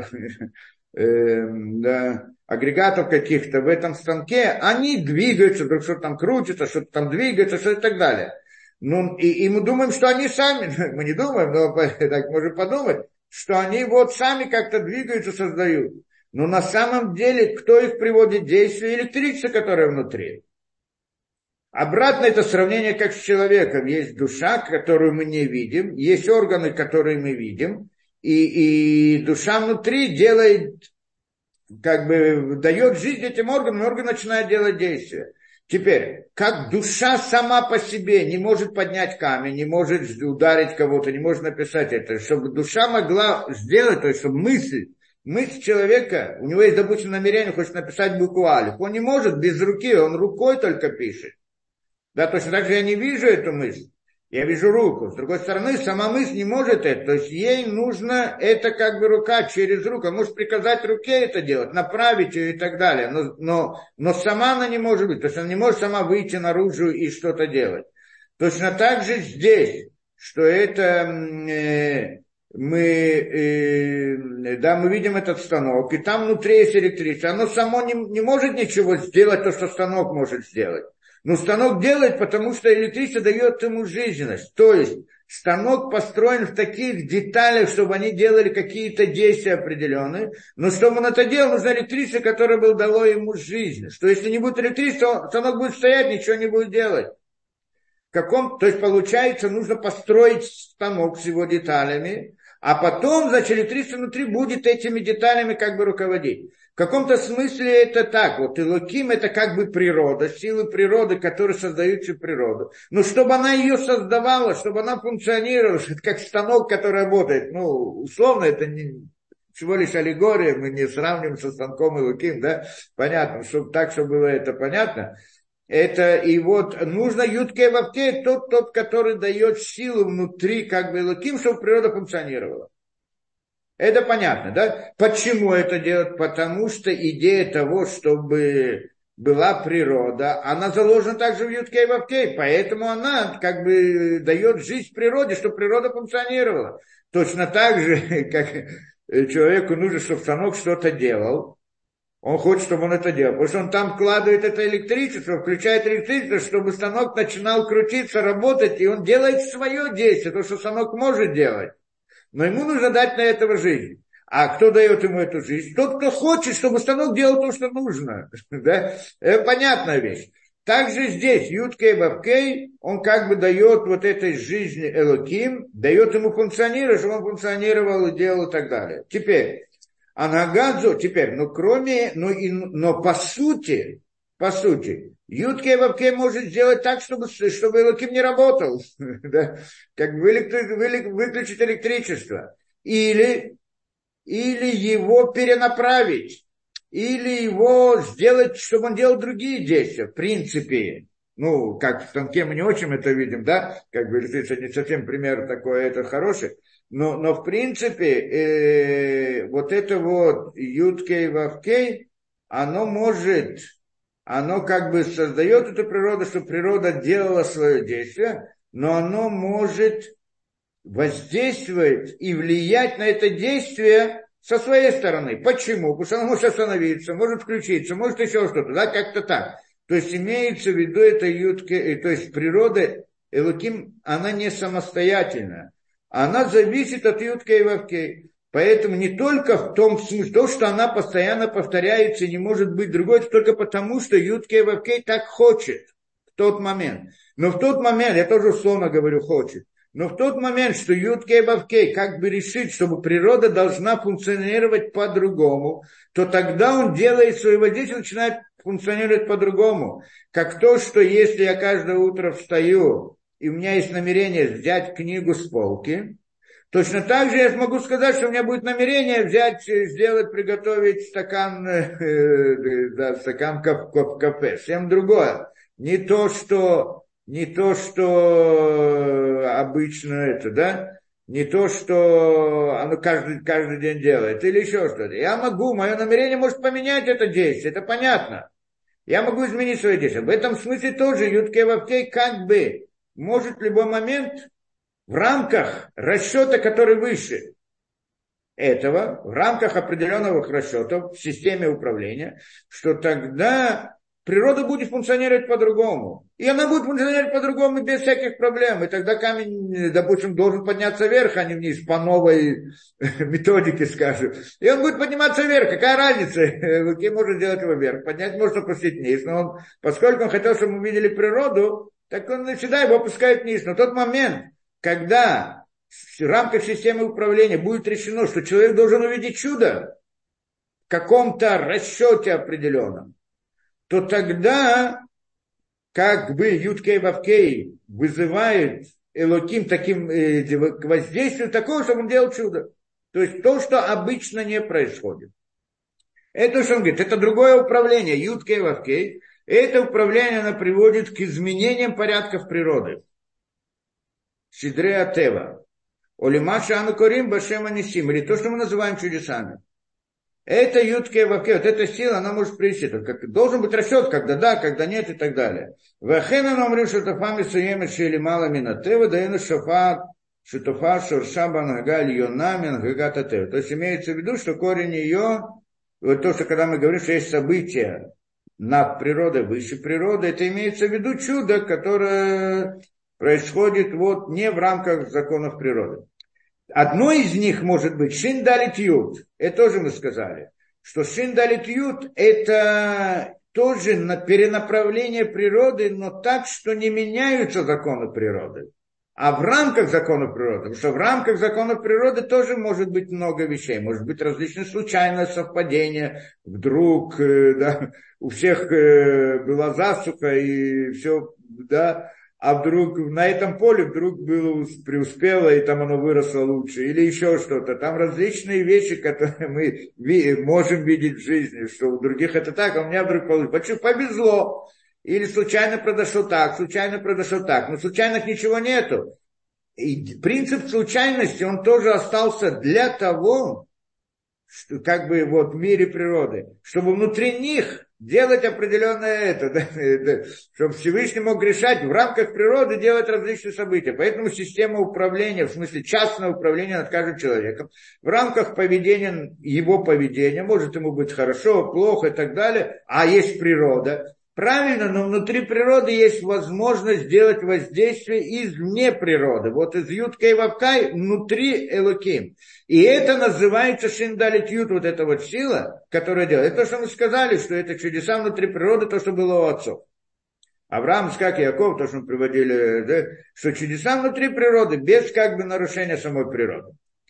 да, агрегатов каких-то в этом станке, они двигаются, вдруг что-то там крутится, что-то там двигается, что-то и так далее. Ну, и мы думаем, что они сами, мы не думаем, но так можем подумать, что они вот сами как-то двигаются, создают. Но на самом деле, кто их приводит в действие? Электричество, которое внутри. Обратно это сравнение как с человеком. Есть душа, которую мы не видим, есть органы, которые мы видим, и душа внутри делает, как бы дает жизнь этим органам, и орган начинает делать действия. Теперь, как душа сама по себе не может поднять камень, не может ударить кого-то, не может написать это, чтобы душа могла сделать, то есть чтобы мысль человека, у него есть, допустим, намерение, хочет написать букву алиф, он не может без руки, он рукой только пишет. Да, точно так же я не вижу эту мысль, я вижу руку. С другой стороны, сама мысль не может это, то есть ей нужно это как бы рука через руку, она может приказать руке это делать, направить ее и так далее, но сама она не может быть, то есть она не может сама выйти наружу и что-то делать. Точно так же здесь, что это мы видим этот станок, и там внутри есть электричество, оно само не может ничего сделать, то, что станок может сделать. Но станок делает, потому что электричество дает ему жизненность. То есть станок построен в таких деталях, чтобы они делали какие-то действия определенные. Но чтобы он это делал, нужно электричество, которое было дало ему жизнь. Что если не будет электричества, станок будет стоять, ничего не будет делать. То есть получается, нужно построить станок с его деталями, а потом, значит, электричество внутри будет этими деталями как бы руководить. В каком-то смысле это так. Вот Элоким это как бы природа, силы природы, которые создают всю природу. Но чтобы она ее создавала, чтобы она функционировала, это как станок, который работает. Ну, условно, это не всего лишь аллегория, мы не сравниваем со станком Элоким, да? Понятно, чтобы было это понятно. Это и вот нужно ютке вавке, тот, который дает силу внутри, как бы Элоким, чтобы природа функционировала. Это понятно, да? Почему это делать? Потому что идея того, чтобы была природа, она заложена также в ютке и вавке, поэтому она как бы дает жизнь природе, чтобы природа функционировала. Точно так же, как человеку нужно, чтобы станок что-то делал, он хочет, чтобы он это делал, потому что он там вкладывает это электричество, включает электричество, чтобы станок начинал крутиться, работать, и он делает свое действие, то, что станок может делать. Но ему нужно дать на этого жизнь. А кто дает ему эту жизнь? Тот, кто хочет, чтобы станок делал то, что нужно. Да? Это понятная вещь. Также здесь Юткей Бабкей, он как бы дает вот этой жизни Элоким, дает ему функционировать, чтобы он функционировал и делал и так далее. Теперь, Анагадзу, но по сути, Юткей Бабкей может сделать так, чтобы Элоким не работал. Да? Как бы выключить электричество. Или его перенаправить. Или его сделать, чтобы он делал другие действия. В принципе, как в станке мы не очень это видим, да? Как бы электричество не совсем пример такой, это хороший. Но в принципе, вот это вот Юд-Кей, Вав-Кей, оно как бы создает эту природу, чтобы природа делала свое действие, но оно может воздействовать и влиять на это действие со своей стороны. Почему? Потому что оно может остановиться, может включиться, может еще что-то, да, как-то так. То есть имеется в виду это Юд-Кей, то есть природа Элоким, она не самостоятельная. Она зависит от Юд-Кей и Вав-Кей. Поэтому не только в том смысле, то, что она постоянно повторяется и не может быть другой, это только потому, что Юд-Кей и Вав-Кей так хочет в тот момент. Но в тот момент, я тоже условно говорю, хочет. Но в тот момент, что Юд-Кей и Вав-Кей как бы решит, чтобы природа должна функционировать по-другому, то тогда он делает свое воздействие, начинает функционировать по-другому. Как то, что если я каждое утро встаю, и у меня есть намерение взять книгу с полки, точно так же я могу сказать, что у меня будет намерение взять, сделать, приготовить стакан в кафе. Всем другое. Не то, что обычно это, да? Не то, что оно каждый день делает, или еще что-то. Я могу, мое намерение может поменять это действие, это понятно. Я могу изменить свое действие. В этом смысле тоже Юд-Кей Вав-Кей как бы может в любой момент в рамках расчета, который выше этого, в рамках определенных расчетов в системе управления, что тогда природа будет функционировать по-другому. И она будет функционировать по-другому без всяких проблем. И тогда камень, допустим, должен подняться вверх, а не вниз, по новой методике, скажем. И он будет подниматься вверх. Какая разница? Луки может сделать его вверх. Поднять может опустить вниз. Но он, поскольку он хотел, чтобы мы увидели природу, так он всегда его опускает вниз. Но тот момент, когда в рамках системы управления будет решено, что человек должен увидеть чудо в каком-то расчете определенном, то тогда как бы Юд-Кей Вав-Кей вызывает Элоким таким к воздействию такого, чтобы он делал чудо. То есть то, что обычно не происходит. Это что он говорит, это другое управление, Юд-Кей Вав-Кей. Это управление оно приводит к изменениям порядков природы. Сидрея Тева. Олимаша Анукорим Башема Нисим. Или то, что мы называем чудесами. Это Юд-Кей Вав-Кей. Вот эта сила, она может привести. Должен быть расчет, когда да, когда нет и так далее. Вахена нам говорим, что тафами суемет шели мало минатева, да и шафа шутуфа шурша банага льона мингагата тева. То есть имеется в виду, что корень ее, вот то, что когда мы говорим, что есть события над природой, выше природы, это имеется в виду чудо, которое происходит вот не в рамках законов природы. Одно из них может быть Шиндалит Юд. Это тоже мы сказали, что Шиндалит Юд это тоже перенаправление природы, но так, что не меняются законы природы, а в рамках законов природы. Потому что в рамках законов природы тоже может быть много вещей. Может быть различные случайные совпадения. Вдруг да, у всех была засуха и все, да. А вдруг на этом поле вдруг было преуспело, и там оно выросло лучше, или еще что-то. Там различные вещи, которые мы можем видеть в жизни, что у других это так, а у меня вдруг получилось. Почему? Повезло. Или случайно произошло так, случайно произошло так. Но случайных ничего нету. И принцип случайности, он тоже остался для того, что, как бы вот в мире природы, чтобы внутри них делать определенное это, чтобы Всевышний мог решать в рамках природы делать различные события. Поэтому система управления, в смысле частного управления над каждым человеком, в рамках поведения, его поведения, может ему быть хорошо, плохо и так далее, а есть природа. Правильно, но внутри природы есть возможность сделать воздействие извне природы. Вот из Юд-Кей Вав-Кей внутри Элоким. И это называется Шиндалит Юд, вот эта вот сила, которая делает. Это то, что мы сказали, что это чудеса внутри природы, то, что было у отцов. Авраам, Ицхак и Яков, то, что мы приводили, да, что чудеса внутри природы, без как бы нарушения самой природы.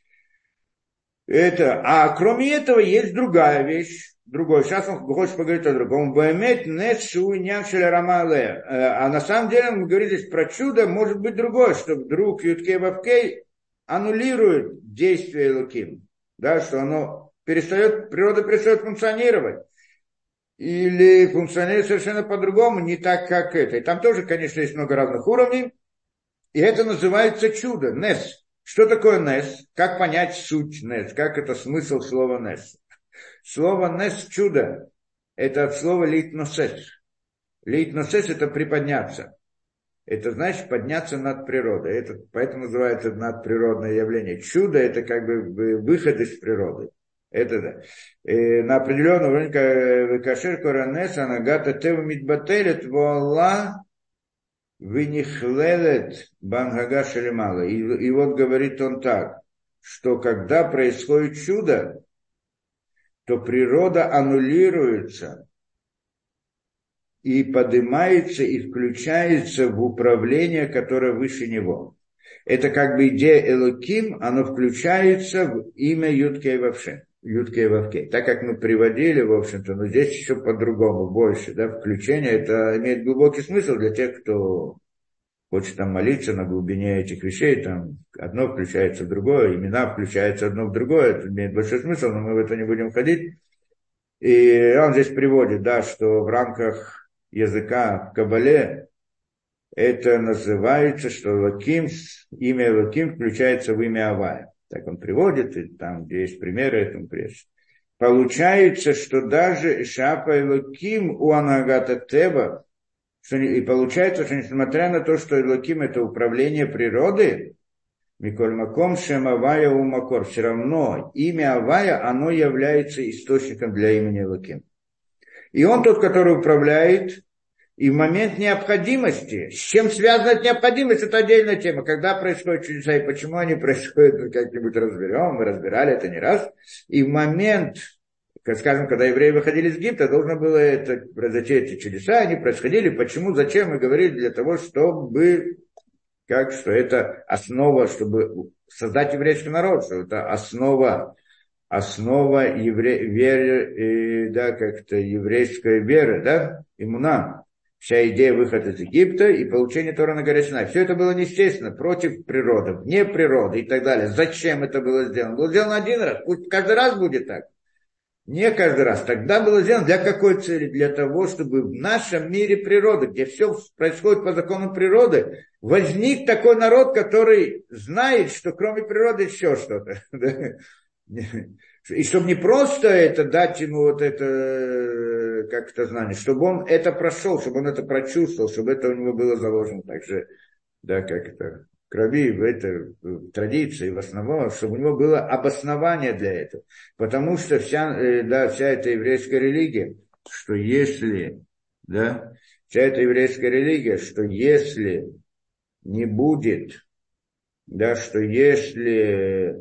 А кроме этого есть другая вещь. Сейчас он хочет поговорить о другом. А на самом деле мы говорили здесь про чудо, может быть другое, что вдруг Юд-Кей Вав-Кей аннулирует действие Элоким. Да, что оно природа перестает функционировать. Или функционирует совершенно по-другому, не так, как это. И там тоже, конечно, есть много разных уровней. И это называется чудо, нес. Что такое нес? Как понять суть нес? Как это смысл слова нес? Слово нес чудо. Это от слова лейтносес. Лейтносес это приподняться. Это значит подняться над природой. Это, поэтому называется надприродное явление. Чудо это как бы выход из природы. Это да. На определенном уровне кашер коранес анагата тев мидбателет вуалла винихлелет бангага шелемала. И вот говорит он так, что когда происходит чудо, то природа аннулируется и поднимается и включается в управление, которое выше него. Это как бы идея Элоким, оно включается в имя Юд-Кей Вавши, Юд-Кей Вав-Кей. Так как мы приводили, в общем-то, но здесь еще по-другому, больше, да, включение, это имеет глубокий смысл для тех, кто хочет там молиться на глубине этих вещей, там одно включается в другое, имена включаются одно в другое, это имеет большой смысл, но мы в это не будем ходить. И он здесь приводит, да, что в рамках языка в Кабале это называется, что Элоким, имя Элоким включается в имя Авая. Так он приводит, и там, где есть примеры этому прежде. Получается, что даже Шапа Элоким у Анагата Теба, и получается, что несмотря на то, что Элоким это управление природы, Миколь Маком Шем Авая Умакор, все равно имя Авая, оно является источником для имени Элоким. И он тот, который управляет, и в момент необходимости, с чем связана эта необходимость, это отдельная тема. Когда происходят чудеса и почему они происходят, мы как-нибудь разберем, мы разбирали это не раз. И в момент, скажем, когда евреи выходили из Египта, должно было это произойти, эти чудеса, они происходили. Почему, зачем, мы говорили, для того, чтобы, что это основа, чтобы создать еврейский народ, что это основа веры, да, как-то еврейской веры, да, иммуна. Вся идея выхода из Египта и получения Тора на горе Синай. Все это было неестественно, против природы, вне природы и так далее. Зачем это было сделано? Было сделано один раз, пусть каждый раз будет так. Не каждый раз. Тогда было сделано для какой цели? Для того, чтобы в нашем мире природы, где все происходит по законам природы, возник такой народ, который знает, что кроме природы еще что-то. И чтобы не просто это дать ему вот это, как это знание, чтобы он это прошел, чтобы он это прочувствовал, чтобы это у него было заложено также, да, как это, в крови, в этой традиции, в основном, чтобы у него было обоснование для этого. Потому что вся эта еврейская религия, что если, да, вся эта еврейская религия, что если не будет, да, что если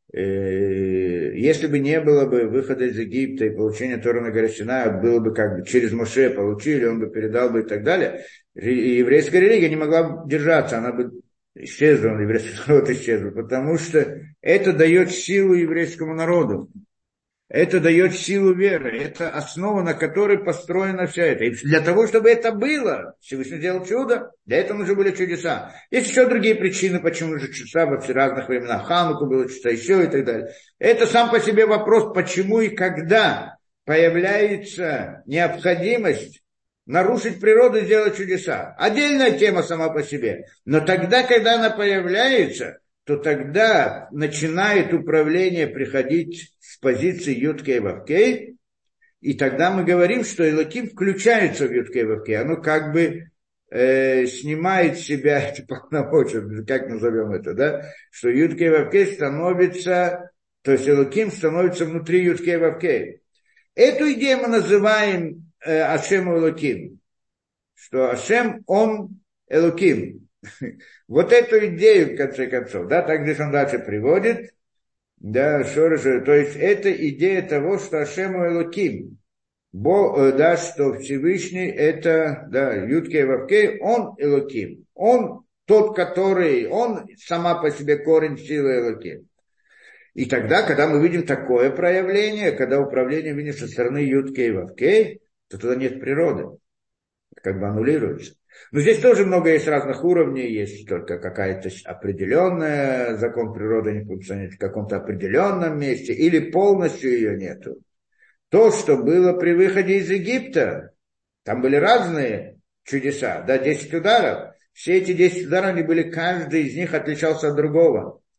бы не было бы выхода из Египта и получения Торы на горе Синай, было бы как бы через Моше получили, он бы передал бы и так далее, еврейская религия не могла бы держаться, она бы исчезла, еврейский народ исчезл, потому что это дает силу еврейскому народу. Это дает силу веры, это основа, на которой построена вся это. И для того, чтобы это было, Всевышний сделал чудо, для этого нужны были чудеса. Есть еще другие причины, почему же чудеса во все разных временах. Хануку было чудо, еще и так далее. Это сам по себе вопрос, почему и когда появляется необходимость нарушить природу и сделать чудеса. Отдельная тема сама по себе. Но тогда, когда она появляется, то тогда начинает управление приходить с позиции Юд-Кей Вав-Кей, и тогда мы говорим, что Элоким включается в Юд-Кей Вав-Кей, оно как бы снимает с себя это полномочия, как назовем это, да, что Юд-Кей Вав-Кей становится, то есть Элоким становится внутри Юд-Кей Вав-Кей. Эту идею мы называем Ашем Элоким, что Ашем, он Элоким. Вот эту идею, в конце концов, да, так здесь он дальше приводит, да, Шорыш, то есть это идея того, что Ашему Элоким, да, что Всевышний это, да, Юд-Кей Вав-Кей, он Элоким, он тот, который, он сама по себе корень силы Элоким. И тогда, когда мы видим такое проявление, когда управление видим со стороны Юд-Кей Вав-Кей, то туда нет природы, как бы аннулируется. Но здесь тоже много есть разных уровней, есть только какая-то определенная закон природы не функционирует в каком-то определенном месте, или полностью ее нету. То, что было при выходе из Египта, там были разные чудеса, да, 10 ударов, все эти 10 ударов, они были, каждый из них отличался от другого.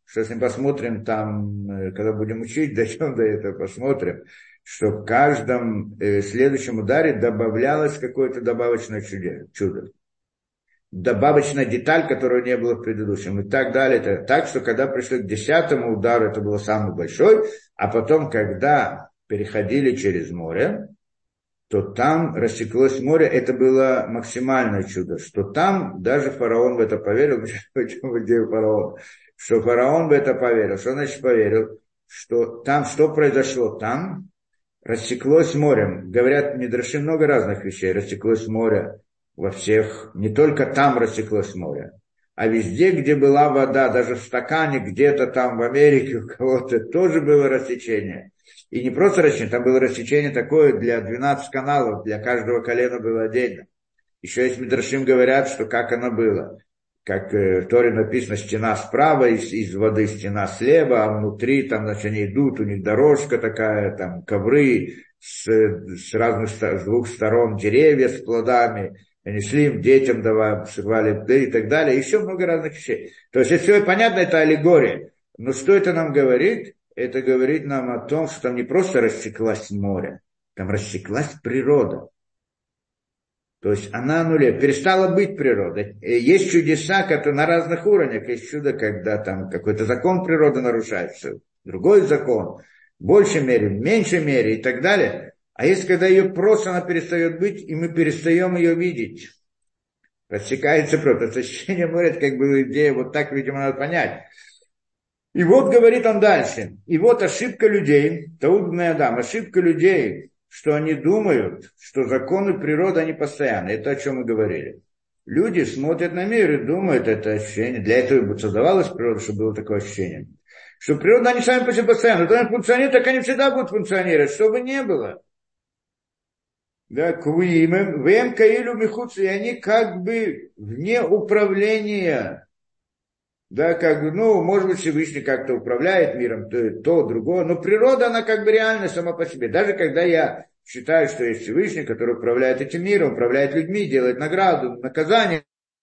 что если посмотрим там, когда будем учить, дойдем до этого, посмотрим, что в каждом следующем ударе добавлялось какое-то добавочное чудо. Добавочная деталь, которой не было в предыдущем, и так далее. Так что, когда пришли к 10-му удару, это был самый большой, а потом, когда переходили через море, то там рассеклось море, это было максимальное чудо, что там даже фараон в это поверил, где фараон, что фараон в это поверил. Что значит поверил? Что там, что произошло там, рассеклось морем. Говорят, Мидраши много разных вещей, рассеклось море во всех, не только там рассеклось море, а везде, где была вода, даже в стакане, где-то там в Америке у кого-то тоже было рассечение. И не просто рассечение, там было рассечение такое для 12 каналов, для каждого колена было отдельно. Еще есть Мидрашим говорят, что как оно было. Как в Торе написано, стена справа, из воды стена слева, а внутри там, значит, они идут, у них дорожка такая, там ковры с двух сторон деревья с плодами. Они шли им детям, давали, срывали и так далее. Еще много разных вещей. То есть, если все понятно, это аллегория. Но что это нам говорит? Это говорит нам о том, что там не просто рассеклась море, там рассеклась природа. То есть она перестала быть природой. Есть чудеса, которые на разных уровнях. Есть чудо, когда там какой-то закон природы нарушается, другой закон, в большей мере, в меньшей мере и так далее. А есть, когда ее просто она перестает быть, и мы перестаем ее видеть. Рассекается природа. Это ощущение моря, это как бы идея, вот так, видимо, надо понять. И вот говорит он дальше. И вот ошибка людей, таудный Адам, ошибка людей, что они думают, что законы природы, они постоянны. Это о чем мы говорили. Люди смотрят на мир и думают, это ощущение. Для этого и создавалась природа, чтобы было такое ощущение. Что природа, они сами по себе постоянно. Когда они функционируют, так они всегда будут функционировать, что бы ни было. Да, куимем, вем каилю михуцу, и они как бы вне управления. Да, как бы, может быть, Всевышний как-то управляет миром, то, другое, но природа, она как бы реальна сама по себе. Даже когда я считаю, что есть Всевышний, который управляет этим миром, управляет людьми, делает награду, наказание,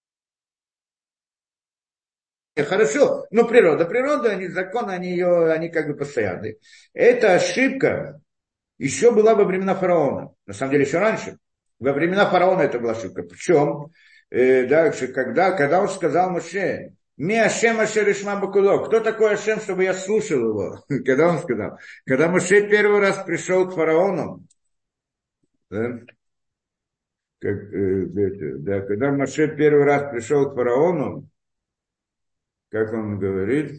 хорошо, но природа, они законы, они как бы постоянные. Эта ошибка еще была во времена фараона, на самом деле еще раньше. Во времена фараона это была ошибка. Причем, когда он сказал Моше, «Ми Ашем Ашер Ишма Бакуло». Кто такой Ашем, чтобы я слушал его? Когда он сказал. Когда Моше первый раз пришел к фараону, да, когда Моше первый раз пришел к фараону, как он говорит,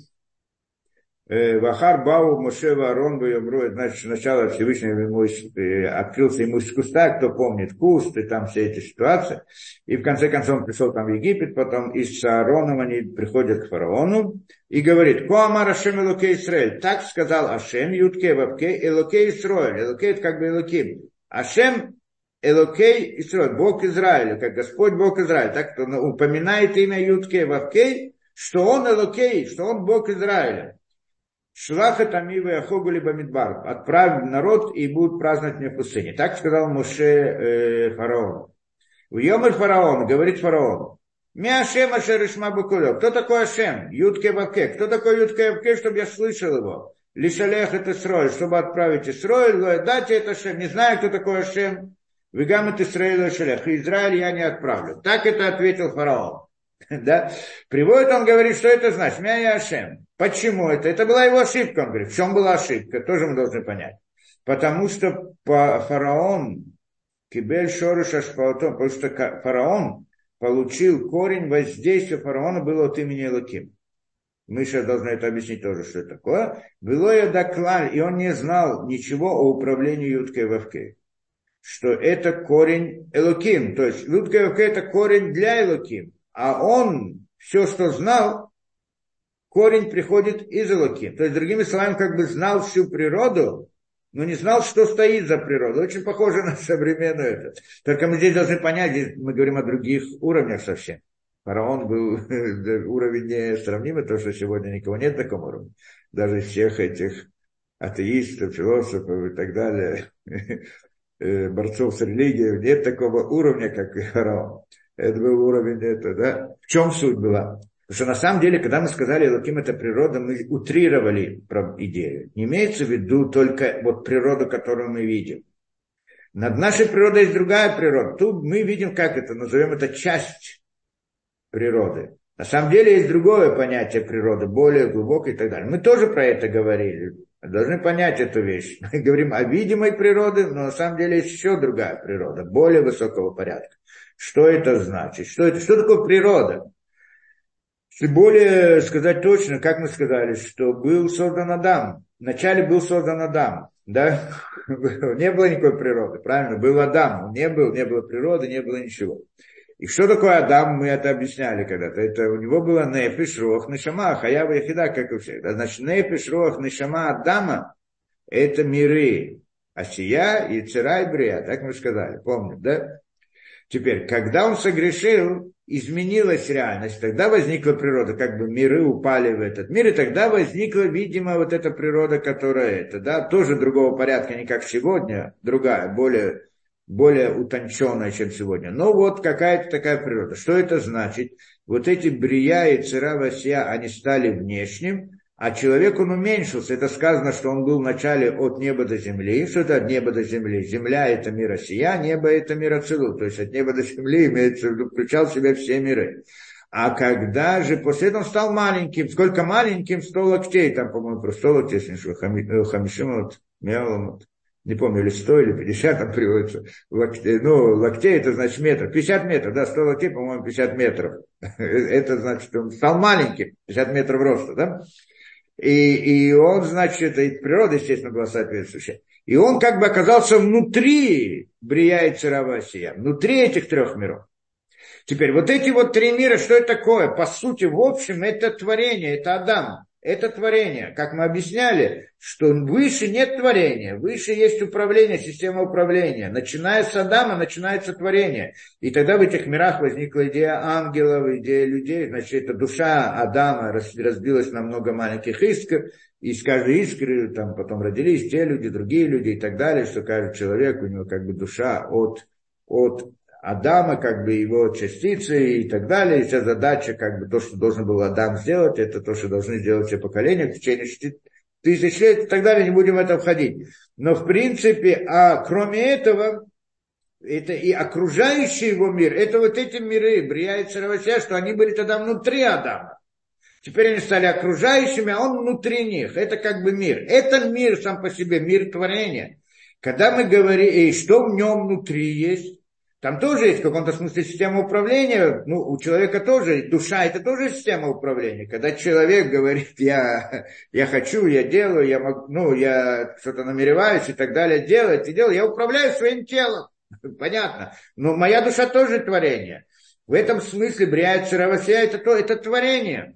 Вахар Бау Моше Ваарон Ваямру, значит, сначала Всевышний ему открылся ему из куста, кто помнит куст, и там все эти ситуации. И в конце концов он пришел там в Египет, потом и с Аароном они приходят к фараону и говорит, Коамар Ашем Элокей Исраэль. Так сказал Ашем, Ютке Вавке, Элокей Исраэль. Элокей это как бы Элоким. Ашем Элокей Исраэль, Бог Израиля, как Господь Бог Израиля. Так он упоминает имя Ютке Вавке, что он Элокей, что он Бог Израиля. Шлаха тамивы ахогу либо мидбар. Отправь народ и будут праздновать мне в пустыне. Так сказал Моше фараону. В Йомель фараон, говорит фараон. Ми Ашем Ашер Ишма Бакулё. Кто такой Ашем? Ютке Вавке. Кто такой Ютке Вавке, чтобы я слышал его? Лишалех это Исроэль, чтобы отправить Исроэль, дайте это Ашем. Не знаю, кто такой Ашем. Вегамет Исраэль Лишалех. Израиль я не отправлю. Так это ответил фараон. Да? Приводит, он говорит, что это значит? Мя Ашем. Почему это? Это была его ошибка, он говорит. В чем была ошибка? Тоже мы должны понять. Потому что фараон, кибель шорыш ашпаотом, потому что фараон получил корень воздействия фараона было от имени Элоким. Мы сейчас должны это объяснить тоже, что это такое. Было я доклад, и он не знал ничего о управлении Юткой Вавкой. Что это корень Элоким. То есть Юткой Вавкой это корень для Элоким. А он все, что знал, корень приходит из Элоким. То есть, другими словами, как бы знал всю природу, но не знал, что стоит за природой. Очень похоже на современную это. Только мы здесь должны понять, здесь мы говорим о других уровнях совсем. Фараон был уровень несравнимый, то, что сегодня никого нет такого уровня. Даже всех этих атеистов, философов и так далее, борцов с религией, нет такого уровня, как и фараон. Это был уровень этого, да? В чем суть была? Потому что на самом деле, когда мы сказали Элоким это природа, мы утрировали идею. Не имеется в виду только вот природу, которую мы видим. Над нашей природой есть другая природа. Тут мы видим, как это, назовем это часть природы. На самом деле есть другое понятие природы, более глубокое и так далее. Мы тоже про это говорили. Мы должны понять эту вещь. Мы говорим о видимой природе, но на самом деле есть еще другая природа, более высокого порядка. Что это значит? Что такое природа? Если более сказать точно, как мы сказали, что был создан Адам. Вначале был создан Адам, да? Не было никакой природы, правильно? Был Адам, не было природы, не было ничего. И что такое Адам, мы это объясняли когда-то. Это у него было нефиш, руах, нешама, хаява яхида, как у всех. Значит, нефиш, руах, нешама Адама – это миры. Асия, Яцера и Брия, так мы сказали, помним, да? Теперь, когда он согрешил, изменилась реальность, тогда возникла природа, как бы миры упали в этот мир, и тогда возникла, видимо, вот эта природа, которая это, да, тоже другого порядка, не как сегодня, другая, более утонченная, чем сегодня. Но вот какая-то такая природа. Что это значит? Вот эти Брия и Цера Васия, они стали внешним, а человек, он уменьшился. Это сказано, что он был вначале от неба до земли. Что это от неба до земли? Земля – это мир Осия, небо – это мир Ацилу. То есть от неба до земли имеется в виду, включал в себя все миры. А когда же после этого он стал маленьким, сколько маленьким? 100 локтей, там, по-моему, про 100 локтей, Хамишимот, Меламот. Не помню, или 100, или 50 там приводится. Локтей, локтей это значит метр. 50 метров, да, 100 локтей, по-моему, 50 метров. Это значит, он стал маленьким, 50 метров роста, да? И он, значит, и природа, естественно, была соответствующая. И он как бы оказался внутри Брия и Цера Васия, внутри этих трех миров. Теперь, вот эти вот три мира, что это такое? По сути, в общем, это творение, это Адам. Это творение. Как мы объясняли, что выше нет творения, выше есть управление, система управления. Начиная с Адама, начинается творение. И тогда в этих мирах возникла идея ангелов, идея людей. Значит, это душа Адама разбилась на много маленьких искр. И из каждой искры там потом родились те люди, другие люди и так далее, что каждый человек, у него как бы душа от Адама, как бы его частицы и так далее. И вся задача, как бы то, что должен был Адам сделать, это то, что должны сделать все поколения в течение 6000 лет и так далее. Не будем в это входить. Но в принципе, кроме этого, это и окружающий его мир, это вот эти миры, Брия и Цера Васия, что они были тогда внутри Адама. Теперь они стали окружающими, а он внутри них. Это как бы мир. Это мир сам по себе, мир творения. Когда мы говорим, что в нем внутри есть, там тоже есть в каком-то смысле система управления, у человека тоже, душа это тоже система управления. Когда человек говорит, я хочу, я делаю, я могу, я что-то намереваюсь и так далее делать, я управляю своим телом, понятно. Но моя душа тоже творение. В этом смысле Брия и Цера Васия это творение.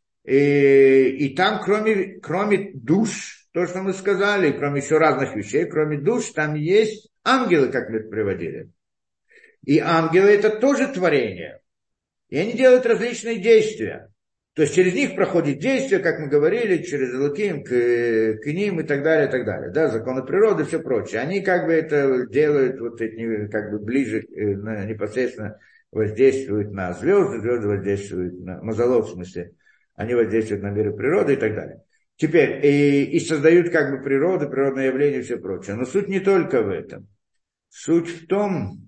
И там кроме душ, то, что мы сказали, кроме еще разных вещей, кроме душ, там есть ангелы, как мы это приводили. И ангелы это тоже творение. И они делают различные действия. То есть через них проходит действие, как мы говорили, через Элоким, к ним и так далее, и так далее. Да, законы природы и все прочее. Они как бы это делают, как бы ближе, непосредственно воздействуют на звезды, звезды воздействуют на мазолов, в смысле, они воздействуют на миры природы и так далее. Теперь, и создают как бы природу, природное явление и все прочее. Но суть не только в этом. Суть в том,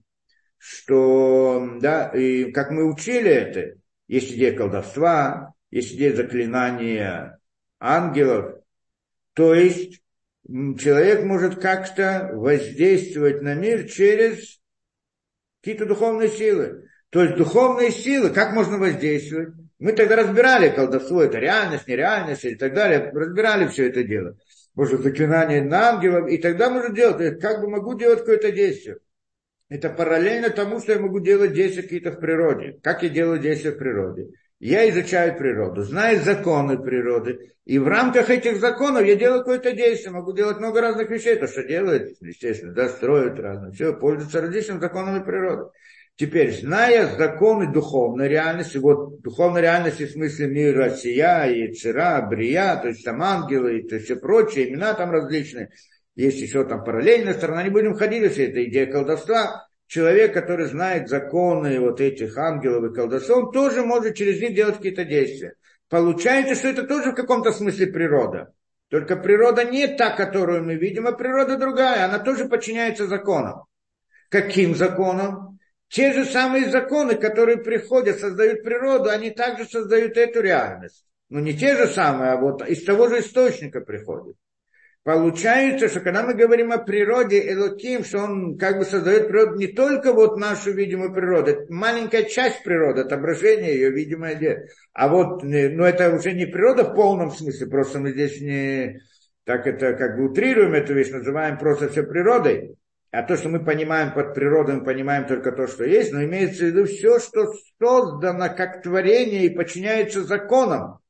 что, да, и как мы учили это, есть идея колдовства, есть идея заклинания ангелов, то есть человек может как-то воздействовать на мир через какие-то духовные силы. То есть духовные силы, как можно воздействовать? Мы тогда разбирали колдовство, это реальность, нереальность и так далее, разбирали все это дело. Может, заклинание на ангелов, и тогда можно делать, как бы могу делать какое-то действие. Это параллельно тому, что я могу делать действия какие-то в природе. Как я делаю действия в природе? Я изучаю природу, знаю законы природы. И в рамках этих законов я делаю какое-то действие. Могу делать много разных вещей. То, что делают, естественно, да, строят разные. Все, пользуются различными законами природы. Теперь, зная законы духовной реальности, вот духовной реальности в смысле мира Осия, Яцера, Брия, то есть там ангелы, и все прочие, имена там различные. Есть еще там параллельная сторона, не будем ходить, если это идея колдовства. человек, который знает законы вот этих ангелов и колдовства, он тоже может через них делать какие-то действия. Получается, что это тоже в каком-то смысле природа. Только природа не та, которую мы видим, а природа другая. Она тоже подчиняется законам. Каким законам? Те же самые законы, которые приходят, создают природу, они также создают эту реальность. Ну, не те же самые, а вот из того же источника приходят. Получается, что когда мы говорим о природе Элоким, что он как бы создает природу не только вот нашу видимую природу, это маленькая часть природы, отображение ее видимое дело. А вот, ну это уже не природа в полном смысле, просто мы здесь не так это как бы утрируем эту вещь, называем просто все природой. А то, что мы понимаем под природой, мы понимаем только то, что есть, но имеется в виду все, что создано как творение и подчиняется законам.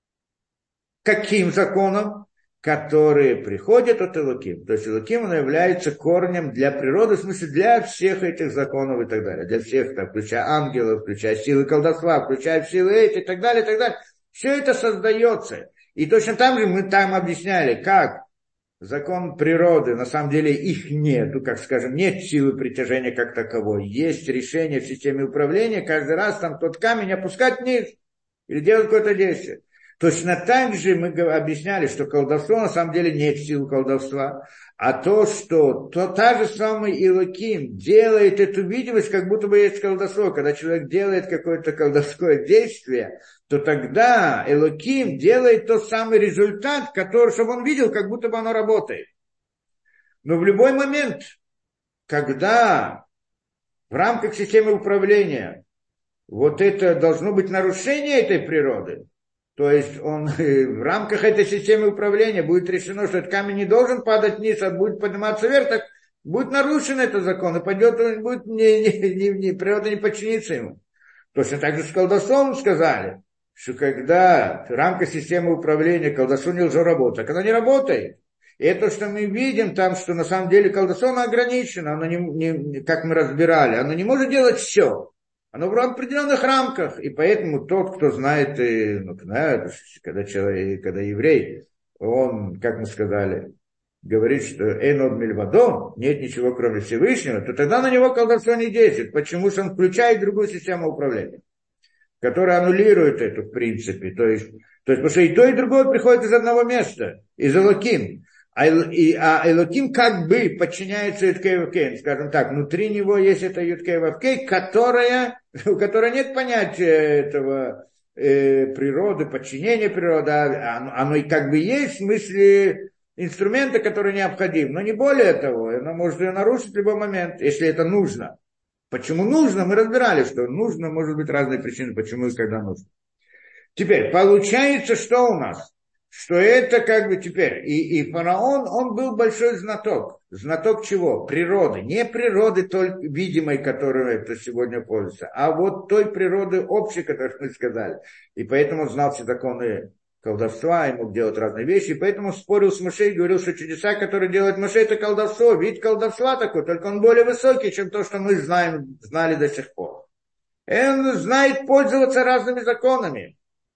Каким законам? Которые приходят от Элоким. То есть Элоким, он является корнем для природы, в смысле для всех этих законов и так далее. Для всех, там, включая ангелов, включая силы колдовства, включая силы эти и так далее, и так далее. Все это создается. И точно так же мы там объясняли, как закон природы, на самом деле их нет, как скажем, нет силы притяжения как таковой. Есть решение в системе управления, каждый раз там тот камень опускать вниз или делать какое-то действие. Точно так же мы объясняли, что колдовство на самом деле нет сил колдовства, а то, что та же самая Элоким делает эту видимость, как будто бы есть колдовство. Когда человек делает какое-то колдовское действие, то тогда Элоким делает тот самый результат, который, чтобы он видел, как будто бы оно работает. Но в любой момент, когда в рамках системы управления вот это должно быть нарушение этой природы, то есть он в рамках этой системы управления будет решено, что этот камень не должен падать вниз, а будет подниматься вверх, так будет нарушен этот закон, и пойдет, он будет природа не подчинится ему. Точно так же с колдовством сказали, что когда в рамках системы управления колдовство не должно работать, так оно не работает. И это, что мы видим там, что на самом деле колдовство оно ограничено, оно как мы разбирали, оно не может делать все. Оно в определенных рамках, и поэтому тот, кто знает, когда человек, когда еврей, он, как мы сказали, говорит, что «Эйнод мильвадо», нет ничего кроме Всевышнего, то тогда на него колдовство не действует. Почему? Что он включает другую систему управления, которая аннулирует это в принципе. То есть потому что и то, и другое приходит из одного места, из Элоким. А Элоким как бы подчиняется Юткей Вавкей. Скажем так, внутри него есть эта Юткей Вавкей, у которой нет понятия этого природы, подчинения природы. Оно и как бы есть в смысле инструмента, который необходим. Но не более того, оно может ее нарушить в любой момент, если это нужно. Почему нужно? Мы разбирали, что нужно, может быть, разные причины, почему и когда нужно. Теперь, получается, что у нас? Что это как бы теперь, и фараон, он был большой знаток. Знаток чего? Природы. Не природы только видимой, которой это сегодня пользуется, а вот той природы общей, которую мы сказали. И поэтому он знал все законы колдовства, и мог делать разные вещи, и поэтому спорил с Моше и говорил, что чудеса, которые делает Моше, это колдовство, вид колдовства такой, только он более высокий, чем то, что мы знали до сих пор. И он знает пользоваться разными законами.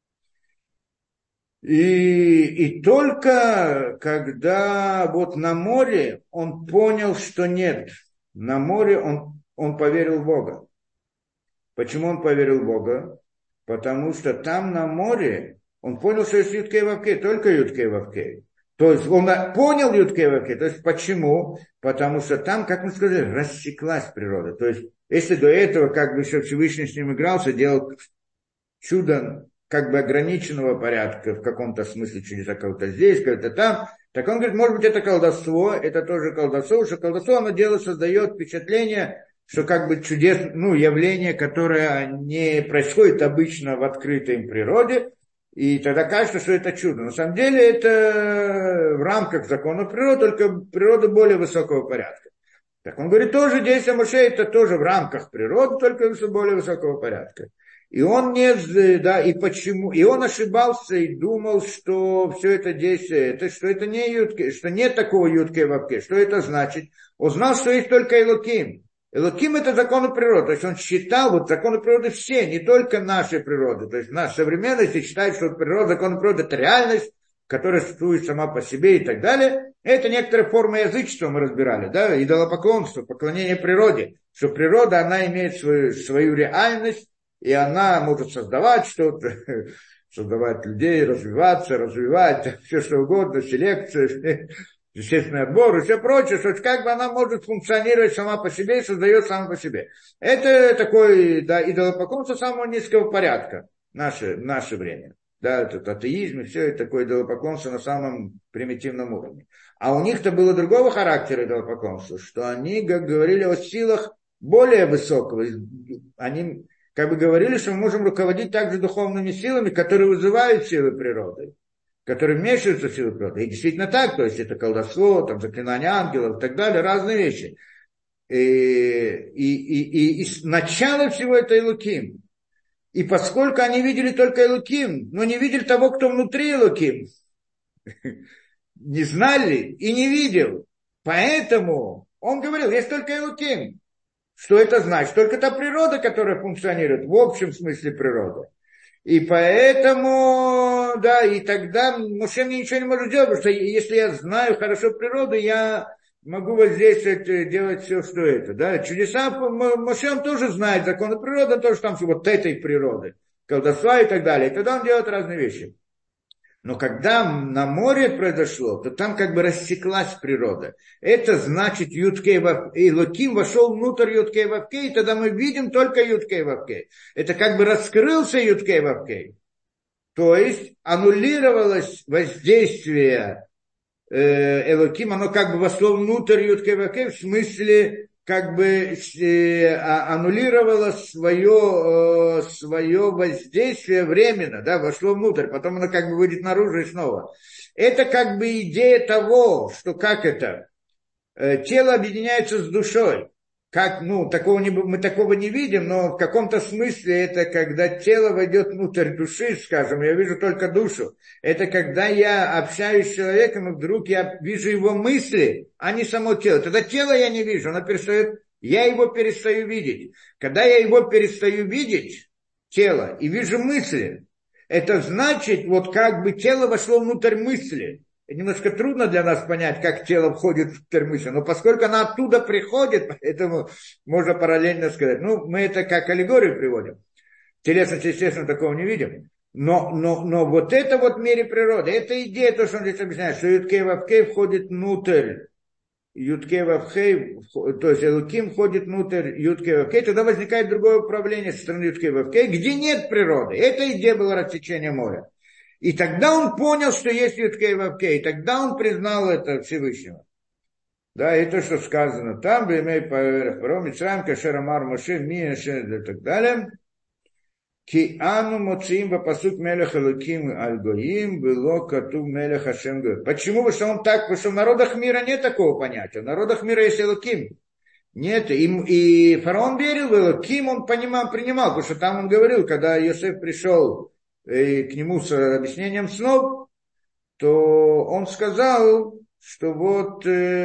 И только когда вот на море он понял, что нет, на море он поверил в Бога. Почему он поверил в Бога? Потому что там на море он понял, что есть Юткей Вавкей, только Юткей Вавкей. То есть он понял Юткей Вавкей. То есть почему? Потому что там, как мы сказали, рассеклась природа. То есть если до этого как бы еще Всевышний с ним игрался, делал чудо как бы ограниченного порядка, в каком-то смысле чудеса кого-то здесь, кого-то там, так он говорит, может быть, это колдовство, это тоже колдовство, потому что колдовство, оно дело создает впечатление, что как бы явление, которое не происходит обычно в открытой им природе, и тогда кажется, что это чудо. На самом деле это в рамках закона природы, только природа более высокого порядка. Так он говорит, тоже действие Моше, это тоже в рамках природы, только более высокого порядка. И он и почему? И он ошибался и думал, что все это действие, что это не Юткей, что нет такого Юткей Вавкей. Что это значит? Он знал, что есть только Элоким. Элоким это законы природы. То есть он считал, вот законы природы все, не только нашей природы. То есть наша современность считает, что природа, законы природы это реальность, которая существует сама по себе и так далее. Это некоторая форма язычества мы разбирали, да, идолопоклонство, поклонение природе. что природа, она имеет свою реальность, и она может создавать что-то, создавать людей, развиваться, развивать все что угодно, селекцию, естественный отбор и все прочее, что как бы она может функционировать сама по себе и создает сама по себе. Это такой, да, идолопоклонство самого низкого порядка в наше время. Да, этот атеизм и все это такое идолопоклонство на самом примитивном уровне. А у них-то было другого характера идолопоклонства, что они говорили о силах более высокого. Они как бы говорили, что мы можем руководить также духовными силами, которые вызывают силы природы, которые вмешиваются в силы природы. И действительно так, то есть это колдовство, там, заклинание ангелов и так далее, разные вещи. И начало всего это Элоким. И поскольку они видели только Элоким, но не видели того, кто внутри Элоким, не знали и не видел, поэтому он говорил, есть только Элоким. Что это значит? Только та природа, которая функционирует, в общем смысле природы. И поэтому, да, и тогда Моше мне ничего не может делать, потому что если я знаю хорошо природу, я могу воздействовать, делать все, что это, да. Чудеса, Моше он тоже знает законы природы, он тоже там вот этой природы, колдовства и так далее. И тогда он делает разные вещи. Но когда на море произошло, то там как бы рассеклась природа. Это значит, Элоким вошел внутрь Юткей Вавкей, и тогда мы видим только Юткей Вавкей. Это как бы раскрылся Юткей Вавкей. То есть аннулировалось воздействие Элоким, оно как бы вошло внутрь Юткей Вавкей, в смысле как бы аннулировало свое воздействие временно, да, вошло внутрь, потом оно как бы выйдет наружу и снова. Это как бы идея того, что как это, тело объединяется с душой. Как, мы такого не видим, но в каком-то смысле это когда тело войдет внутрь души, скажем, я вижу только душу. Это когда я общаюсь с человеком, и вдруг я вижу его мысли, а не само тело. Тогда тело я не вижу, я его перестаю видеть. Когда я его перестаю видеть, тело, и вижу мысли, это значит, вот как бы тело вошло внутрь мысли. Немножко трудно для нас понять, как тело входит в термысль, но поскольку она оттуда приходит, поэтому можно параллельно сказать. Мы это как аллегорию приводим. Телесно, естественно, такого не видим. Но вот это вот в мире природы, это идея, то, что он здесь объясняет, что Юткей Вавкей входит внутрь. Юткей Вавкей, то есть Элоким входит внутрь Юткей Вавкей, тогда возникает другое управление со стороны Юткей Вавкей, где нет природы. Эта идея была рассечения моря. И тогда он понял, что есть Юткей Вавкей, и тогда он признал это Всевышнего. Да, и то, что сказано там, Бемей Паро Мицраим, Кашер Амар Моше, Миешер и так далее. Ки ану моциим вапасук мелех Элоким аль-Гоим, было кату мелех Ашем Гоим. Почему? Потому что он так, потому что в народах мира нет такого понятия. В народах мира есть Элоким. Нет, и фараон верил в Элоким, он принимал, потому что там он говорил, когда Йосеф пришел к нему с объяснением снов, то он сказал, что вот,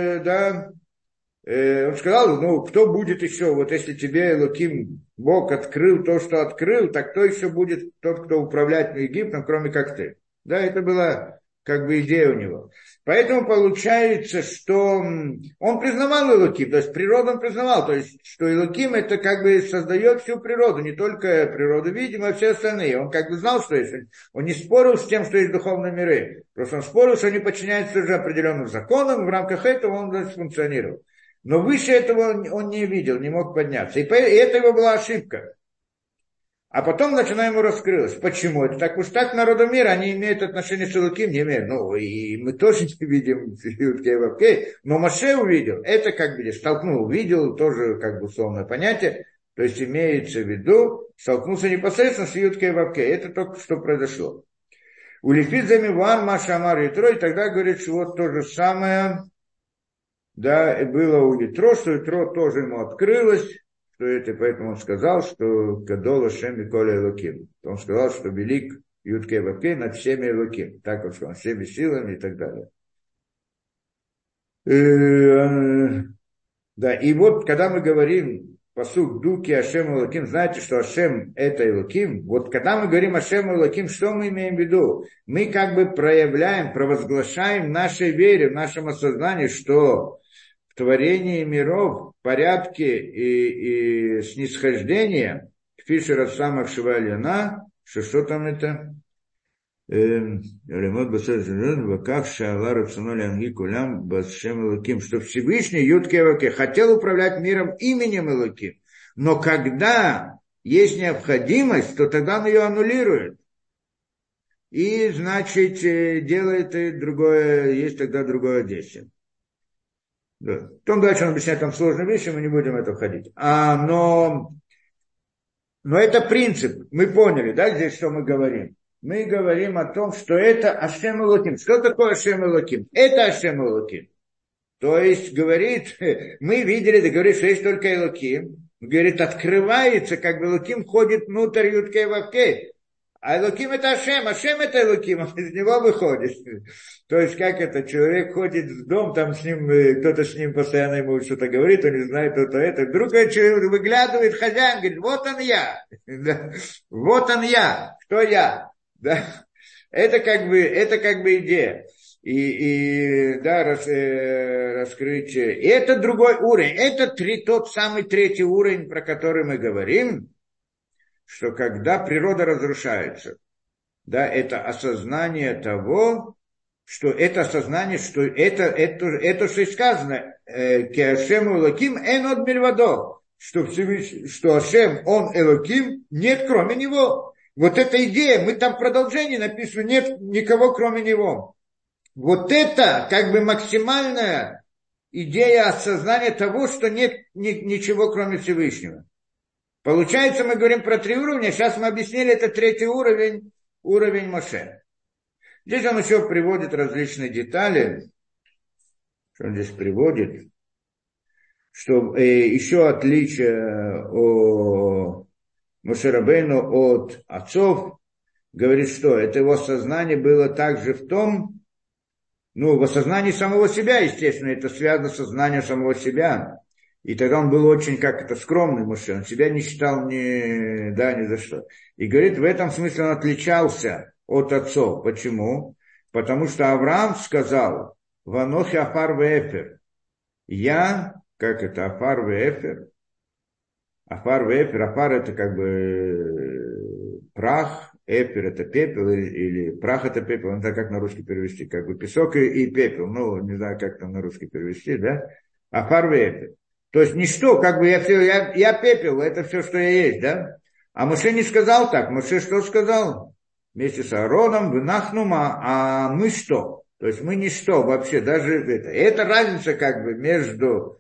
он сказал, кто будет еще, вот если тебе Элоким, Бог открыл то, что открыл, так кто еще будет тот, кто управляет Египтом, кроме как ты. Да, это была как бы идея у него. Поэтому получается, что он признавал Элоким, то есть природу он признавал, то есть что Элоким это как бы создает всю природу, не только природу видимую, а все остальные. Он как бы знал, что есть. Он не спорил с тем, что есть духовные миры. Просто он спорил, что они подчиняются уже определенным законам, и в рамках этого он функционировал. Но выше этого он не видел, не мог подняться. И это его была ошибка. А потом начинаем ему раскрылось. Почему? Это так уж так народу мира, они имеют отношение с Элоким, не имеют. И мы тоже не видим Юткей Вавкей, но Моше увидел. Это как бы столкнул, увидел, тоже как бы условное понятие. То есть имеется в виду, столкнулся непосредственно с Юткей Вавкей. Это только что произошло. У Лифидзами Ван Маша Амар Ятро, и тогда говорит, что вот то же самое, да, было у Ятро, что Ятро тоже ему открылось. Что это, поэтому он сказал, что Кадола Шем и Коля Элоким. Он сказал, что велик Юткей Вавкей над всеми Элоким. Так он сказал, всеми силами и так далее. Да, и вот, когда мы говорим пасук Дуки Ашем Элоким, знаете, что Ашем это Элоким. Вот когда мы говорим Ашем Элоким, что мы имеем в виду? Мы как бы проявляем, провозглашаем в нашей вере, в нашем осознании, что творении миров, порядке и снисхождения, Фишера самых Шивалина, что там это? Ремот Басар как Шаала Рацуноли Анги Кулям Басшем Элоким, что Всевышний Ютке Элоке хотел управлять миром именем Элоким, но когда есть необходимость, то тогда он ее аннулирует. И, значит, делает и другое, есть тогда другое действие. Да. Потом дальше он объясняет там сложные вещи, мы не будем в это входить. Но это принцип, мы поняли, да, здесь что мы говорим? Мы говорим о том, что это Ашем Элоким. Что такое Ашем Элоким? Это Ашем Элоким. То есть, говорит, мы видели, да говорит, что есть только Элоким. Говорит, открывается, как бы Элоким входит внутрь Юткей Вавкей. А Элоким это Ашем, Ашем это Элоким, он из него выходит. То есть, как это, человек ходит в дом, там с ним, кто-то с ним постоянно ему что-то говорит, он не знает, кто-то это. Вдруг человек выглядывает, хозяин, говорит, вот он я. Вот он я, кто я. Да? Это как бы идея. Да, раскрытие. И это другой уровень. Это тот самый третий уровень, про который мы говорим, что когда природа разрушается, да, это осознание того, что это осознание, что это что и сказано, Кеашему Элоким энод мильвадо, что Ашем, он Элоким, нет кроме него. Вот эта идея, мы там в продолжении написано, нет никого кроме него. Вот это как бы максимальная идея осознания того, что нет ничего кроме Всевышнего. Получается, мы говорим про 3 уровня, сейчас мы объяснили, это 3-й уровень Моше. Здесь он еще приводит различные детали, что он здесь приводит, что еще отличие о Моше Рабейну от отцов, говорит, что это его сознание было также в том, в осознании самого себя, естественно, это связано с сознанием самого себя. И тогда он был очень, скромный Моше, он себя не считал ни за что. И говорит, в этом смысле он отличался от отцов. Почему? Потому что Авраам сказал, «Ванохи афар веэфер». Я, афар веэфер? Афар веэфер, афар это прах, эфир это пепел, или прах это пепел, не знаю, как на русский перевести, песок и пепел, не знаю, как там на русский перевести, да? Афар веэфер. То есть ничто, я пепел, это все, что я есть, да? А Моше не сказал так. Моше что сказал? Вместе с Аароном, вынахнума, а мы что? То есть мы ничто вообще, даже это. И это разница между,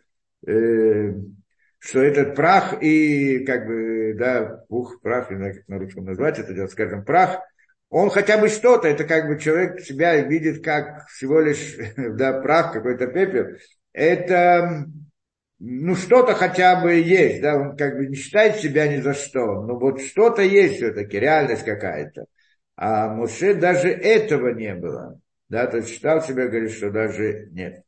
что этот прах и пух, прах, не знаю, как на русском назвать это, скажем, прах, он хотя бы что-то, это человек себя видит как всего лишь, прах, какой-то пепел. Это... что-то хотя бы есть, да, он не считает себя ни за что, но вот что-то есть все-таки, реальность какая-то. А Моше даже этого не было, да, то есть считал себя, говорит, что даже нет.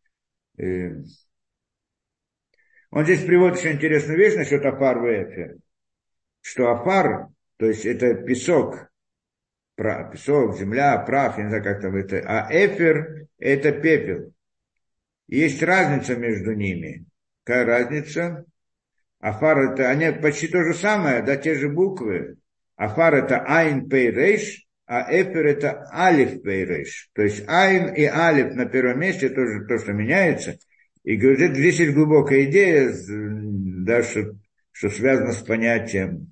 Он здесь приводит еще интересную вещь насчет афар веэфер, что афар, то есть это песок, земля, прах, я не знаю, как там это, а эфир это пепел. Есть разница между ними. Какая разница? Афар это, они почти то же самое, да, те же буквы. Афар это айн пей рейш, а эфир это алиф пей рейш. То есть айн и алиф на первом месте, тоже то, что меняется. И говорит, здесь есть глубокая идея, да, что связано с понятием,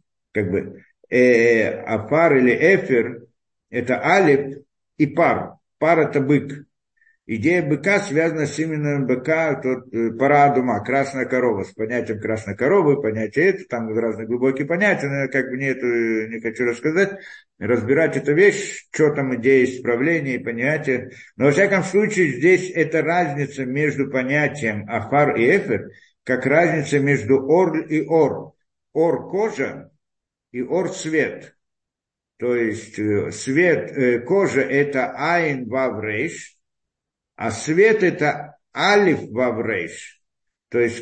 афар или эфир, это алиф и пар. Пар это бык. Идея быка связана с именно быка, пара адума, красная корова, с понятием красной коровы, понятие это, там разные глубокие понятия, но я не хочу рассказать, разбирать эту вещь, что там идея исправления и понятия. Но во всяком случае здесь это разница между понятием афар и эфир, как разница между ор и ор. Ор кожа и ор свет. То есть свет, кожа это айн вав рейш, а свет это алиф ваврейш. То есть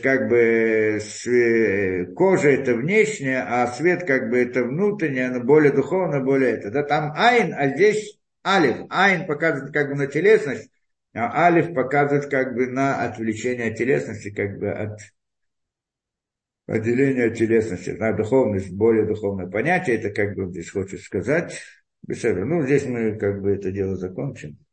кожа это внешняя, а свет это внутреннее, оно более духовно, более это. Да, там айн, а здесь алиф. Айн показывает на телесность, А алиф показывает как бы на отвлечение от телесности, как бы от отделения от телесности, на духовность, более духовное понятие, это как бы здесь хочет сказать. Ну, здесь мы как бы это дело закончим.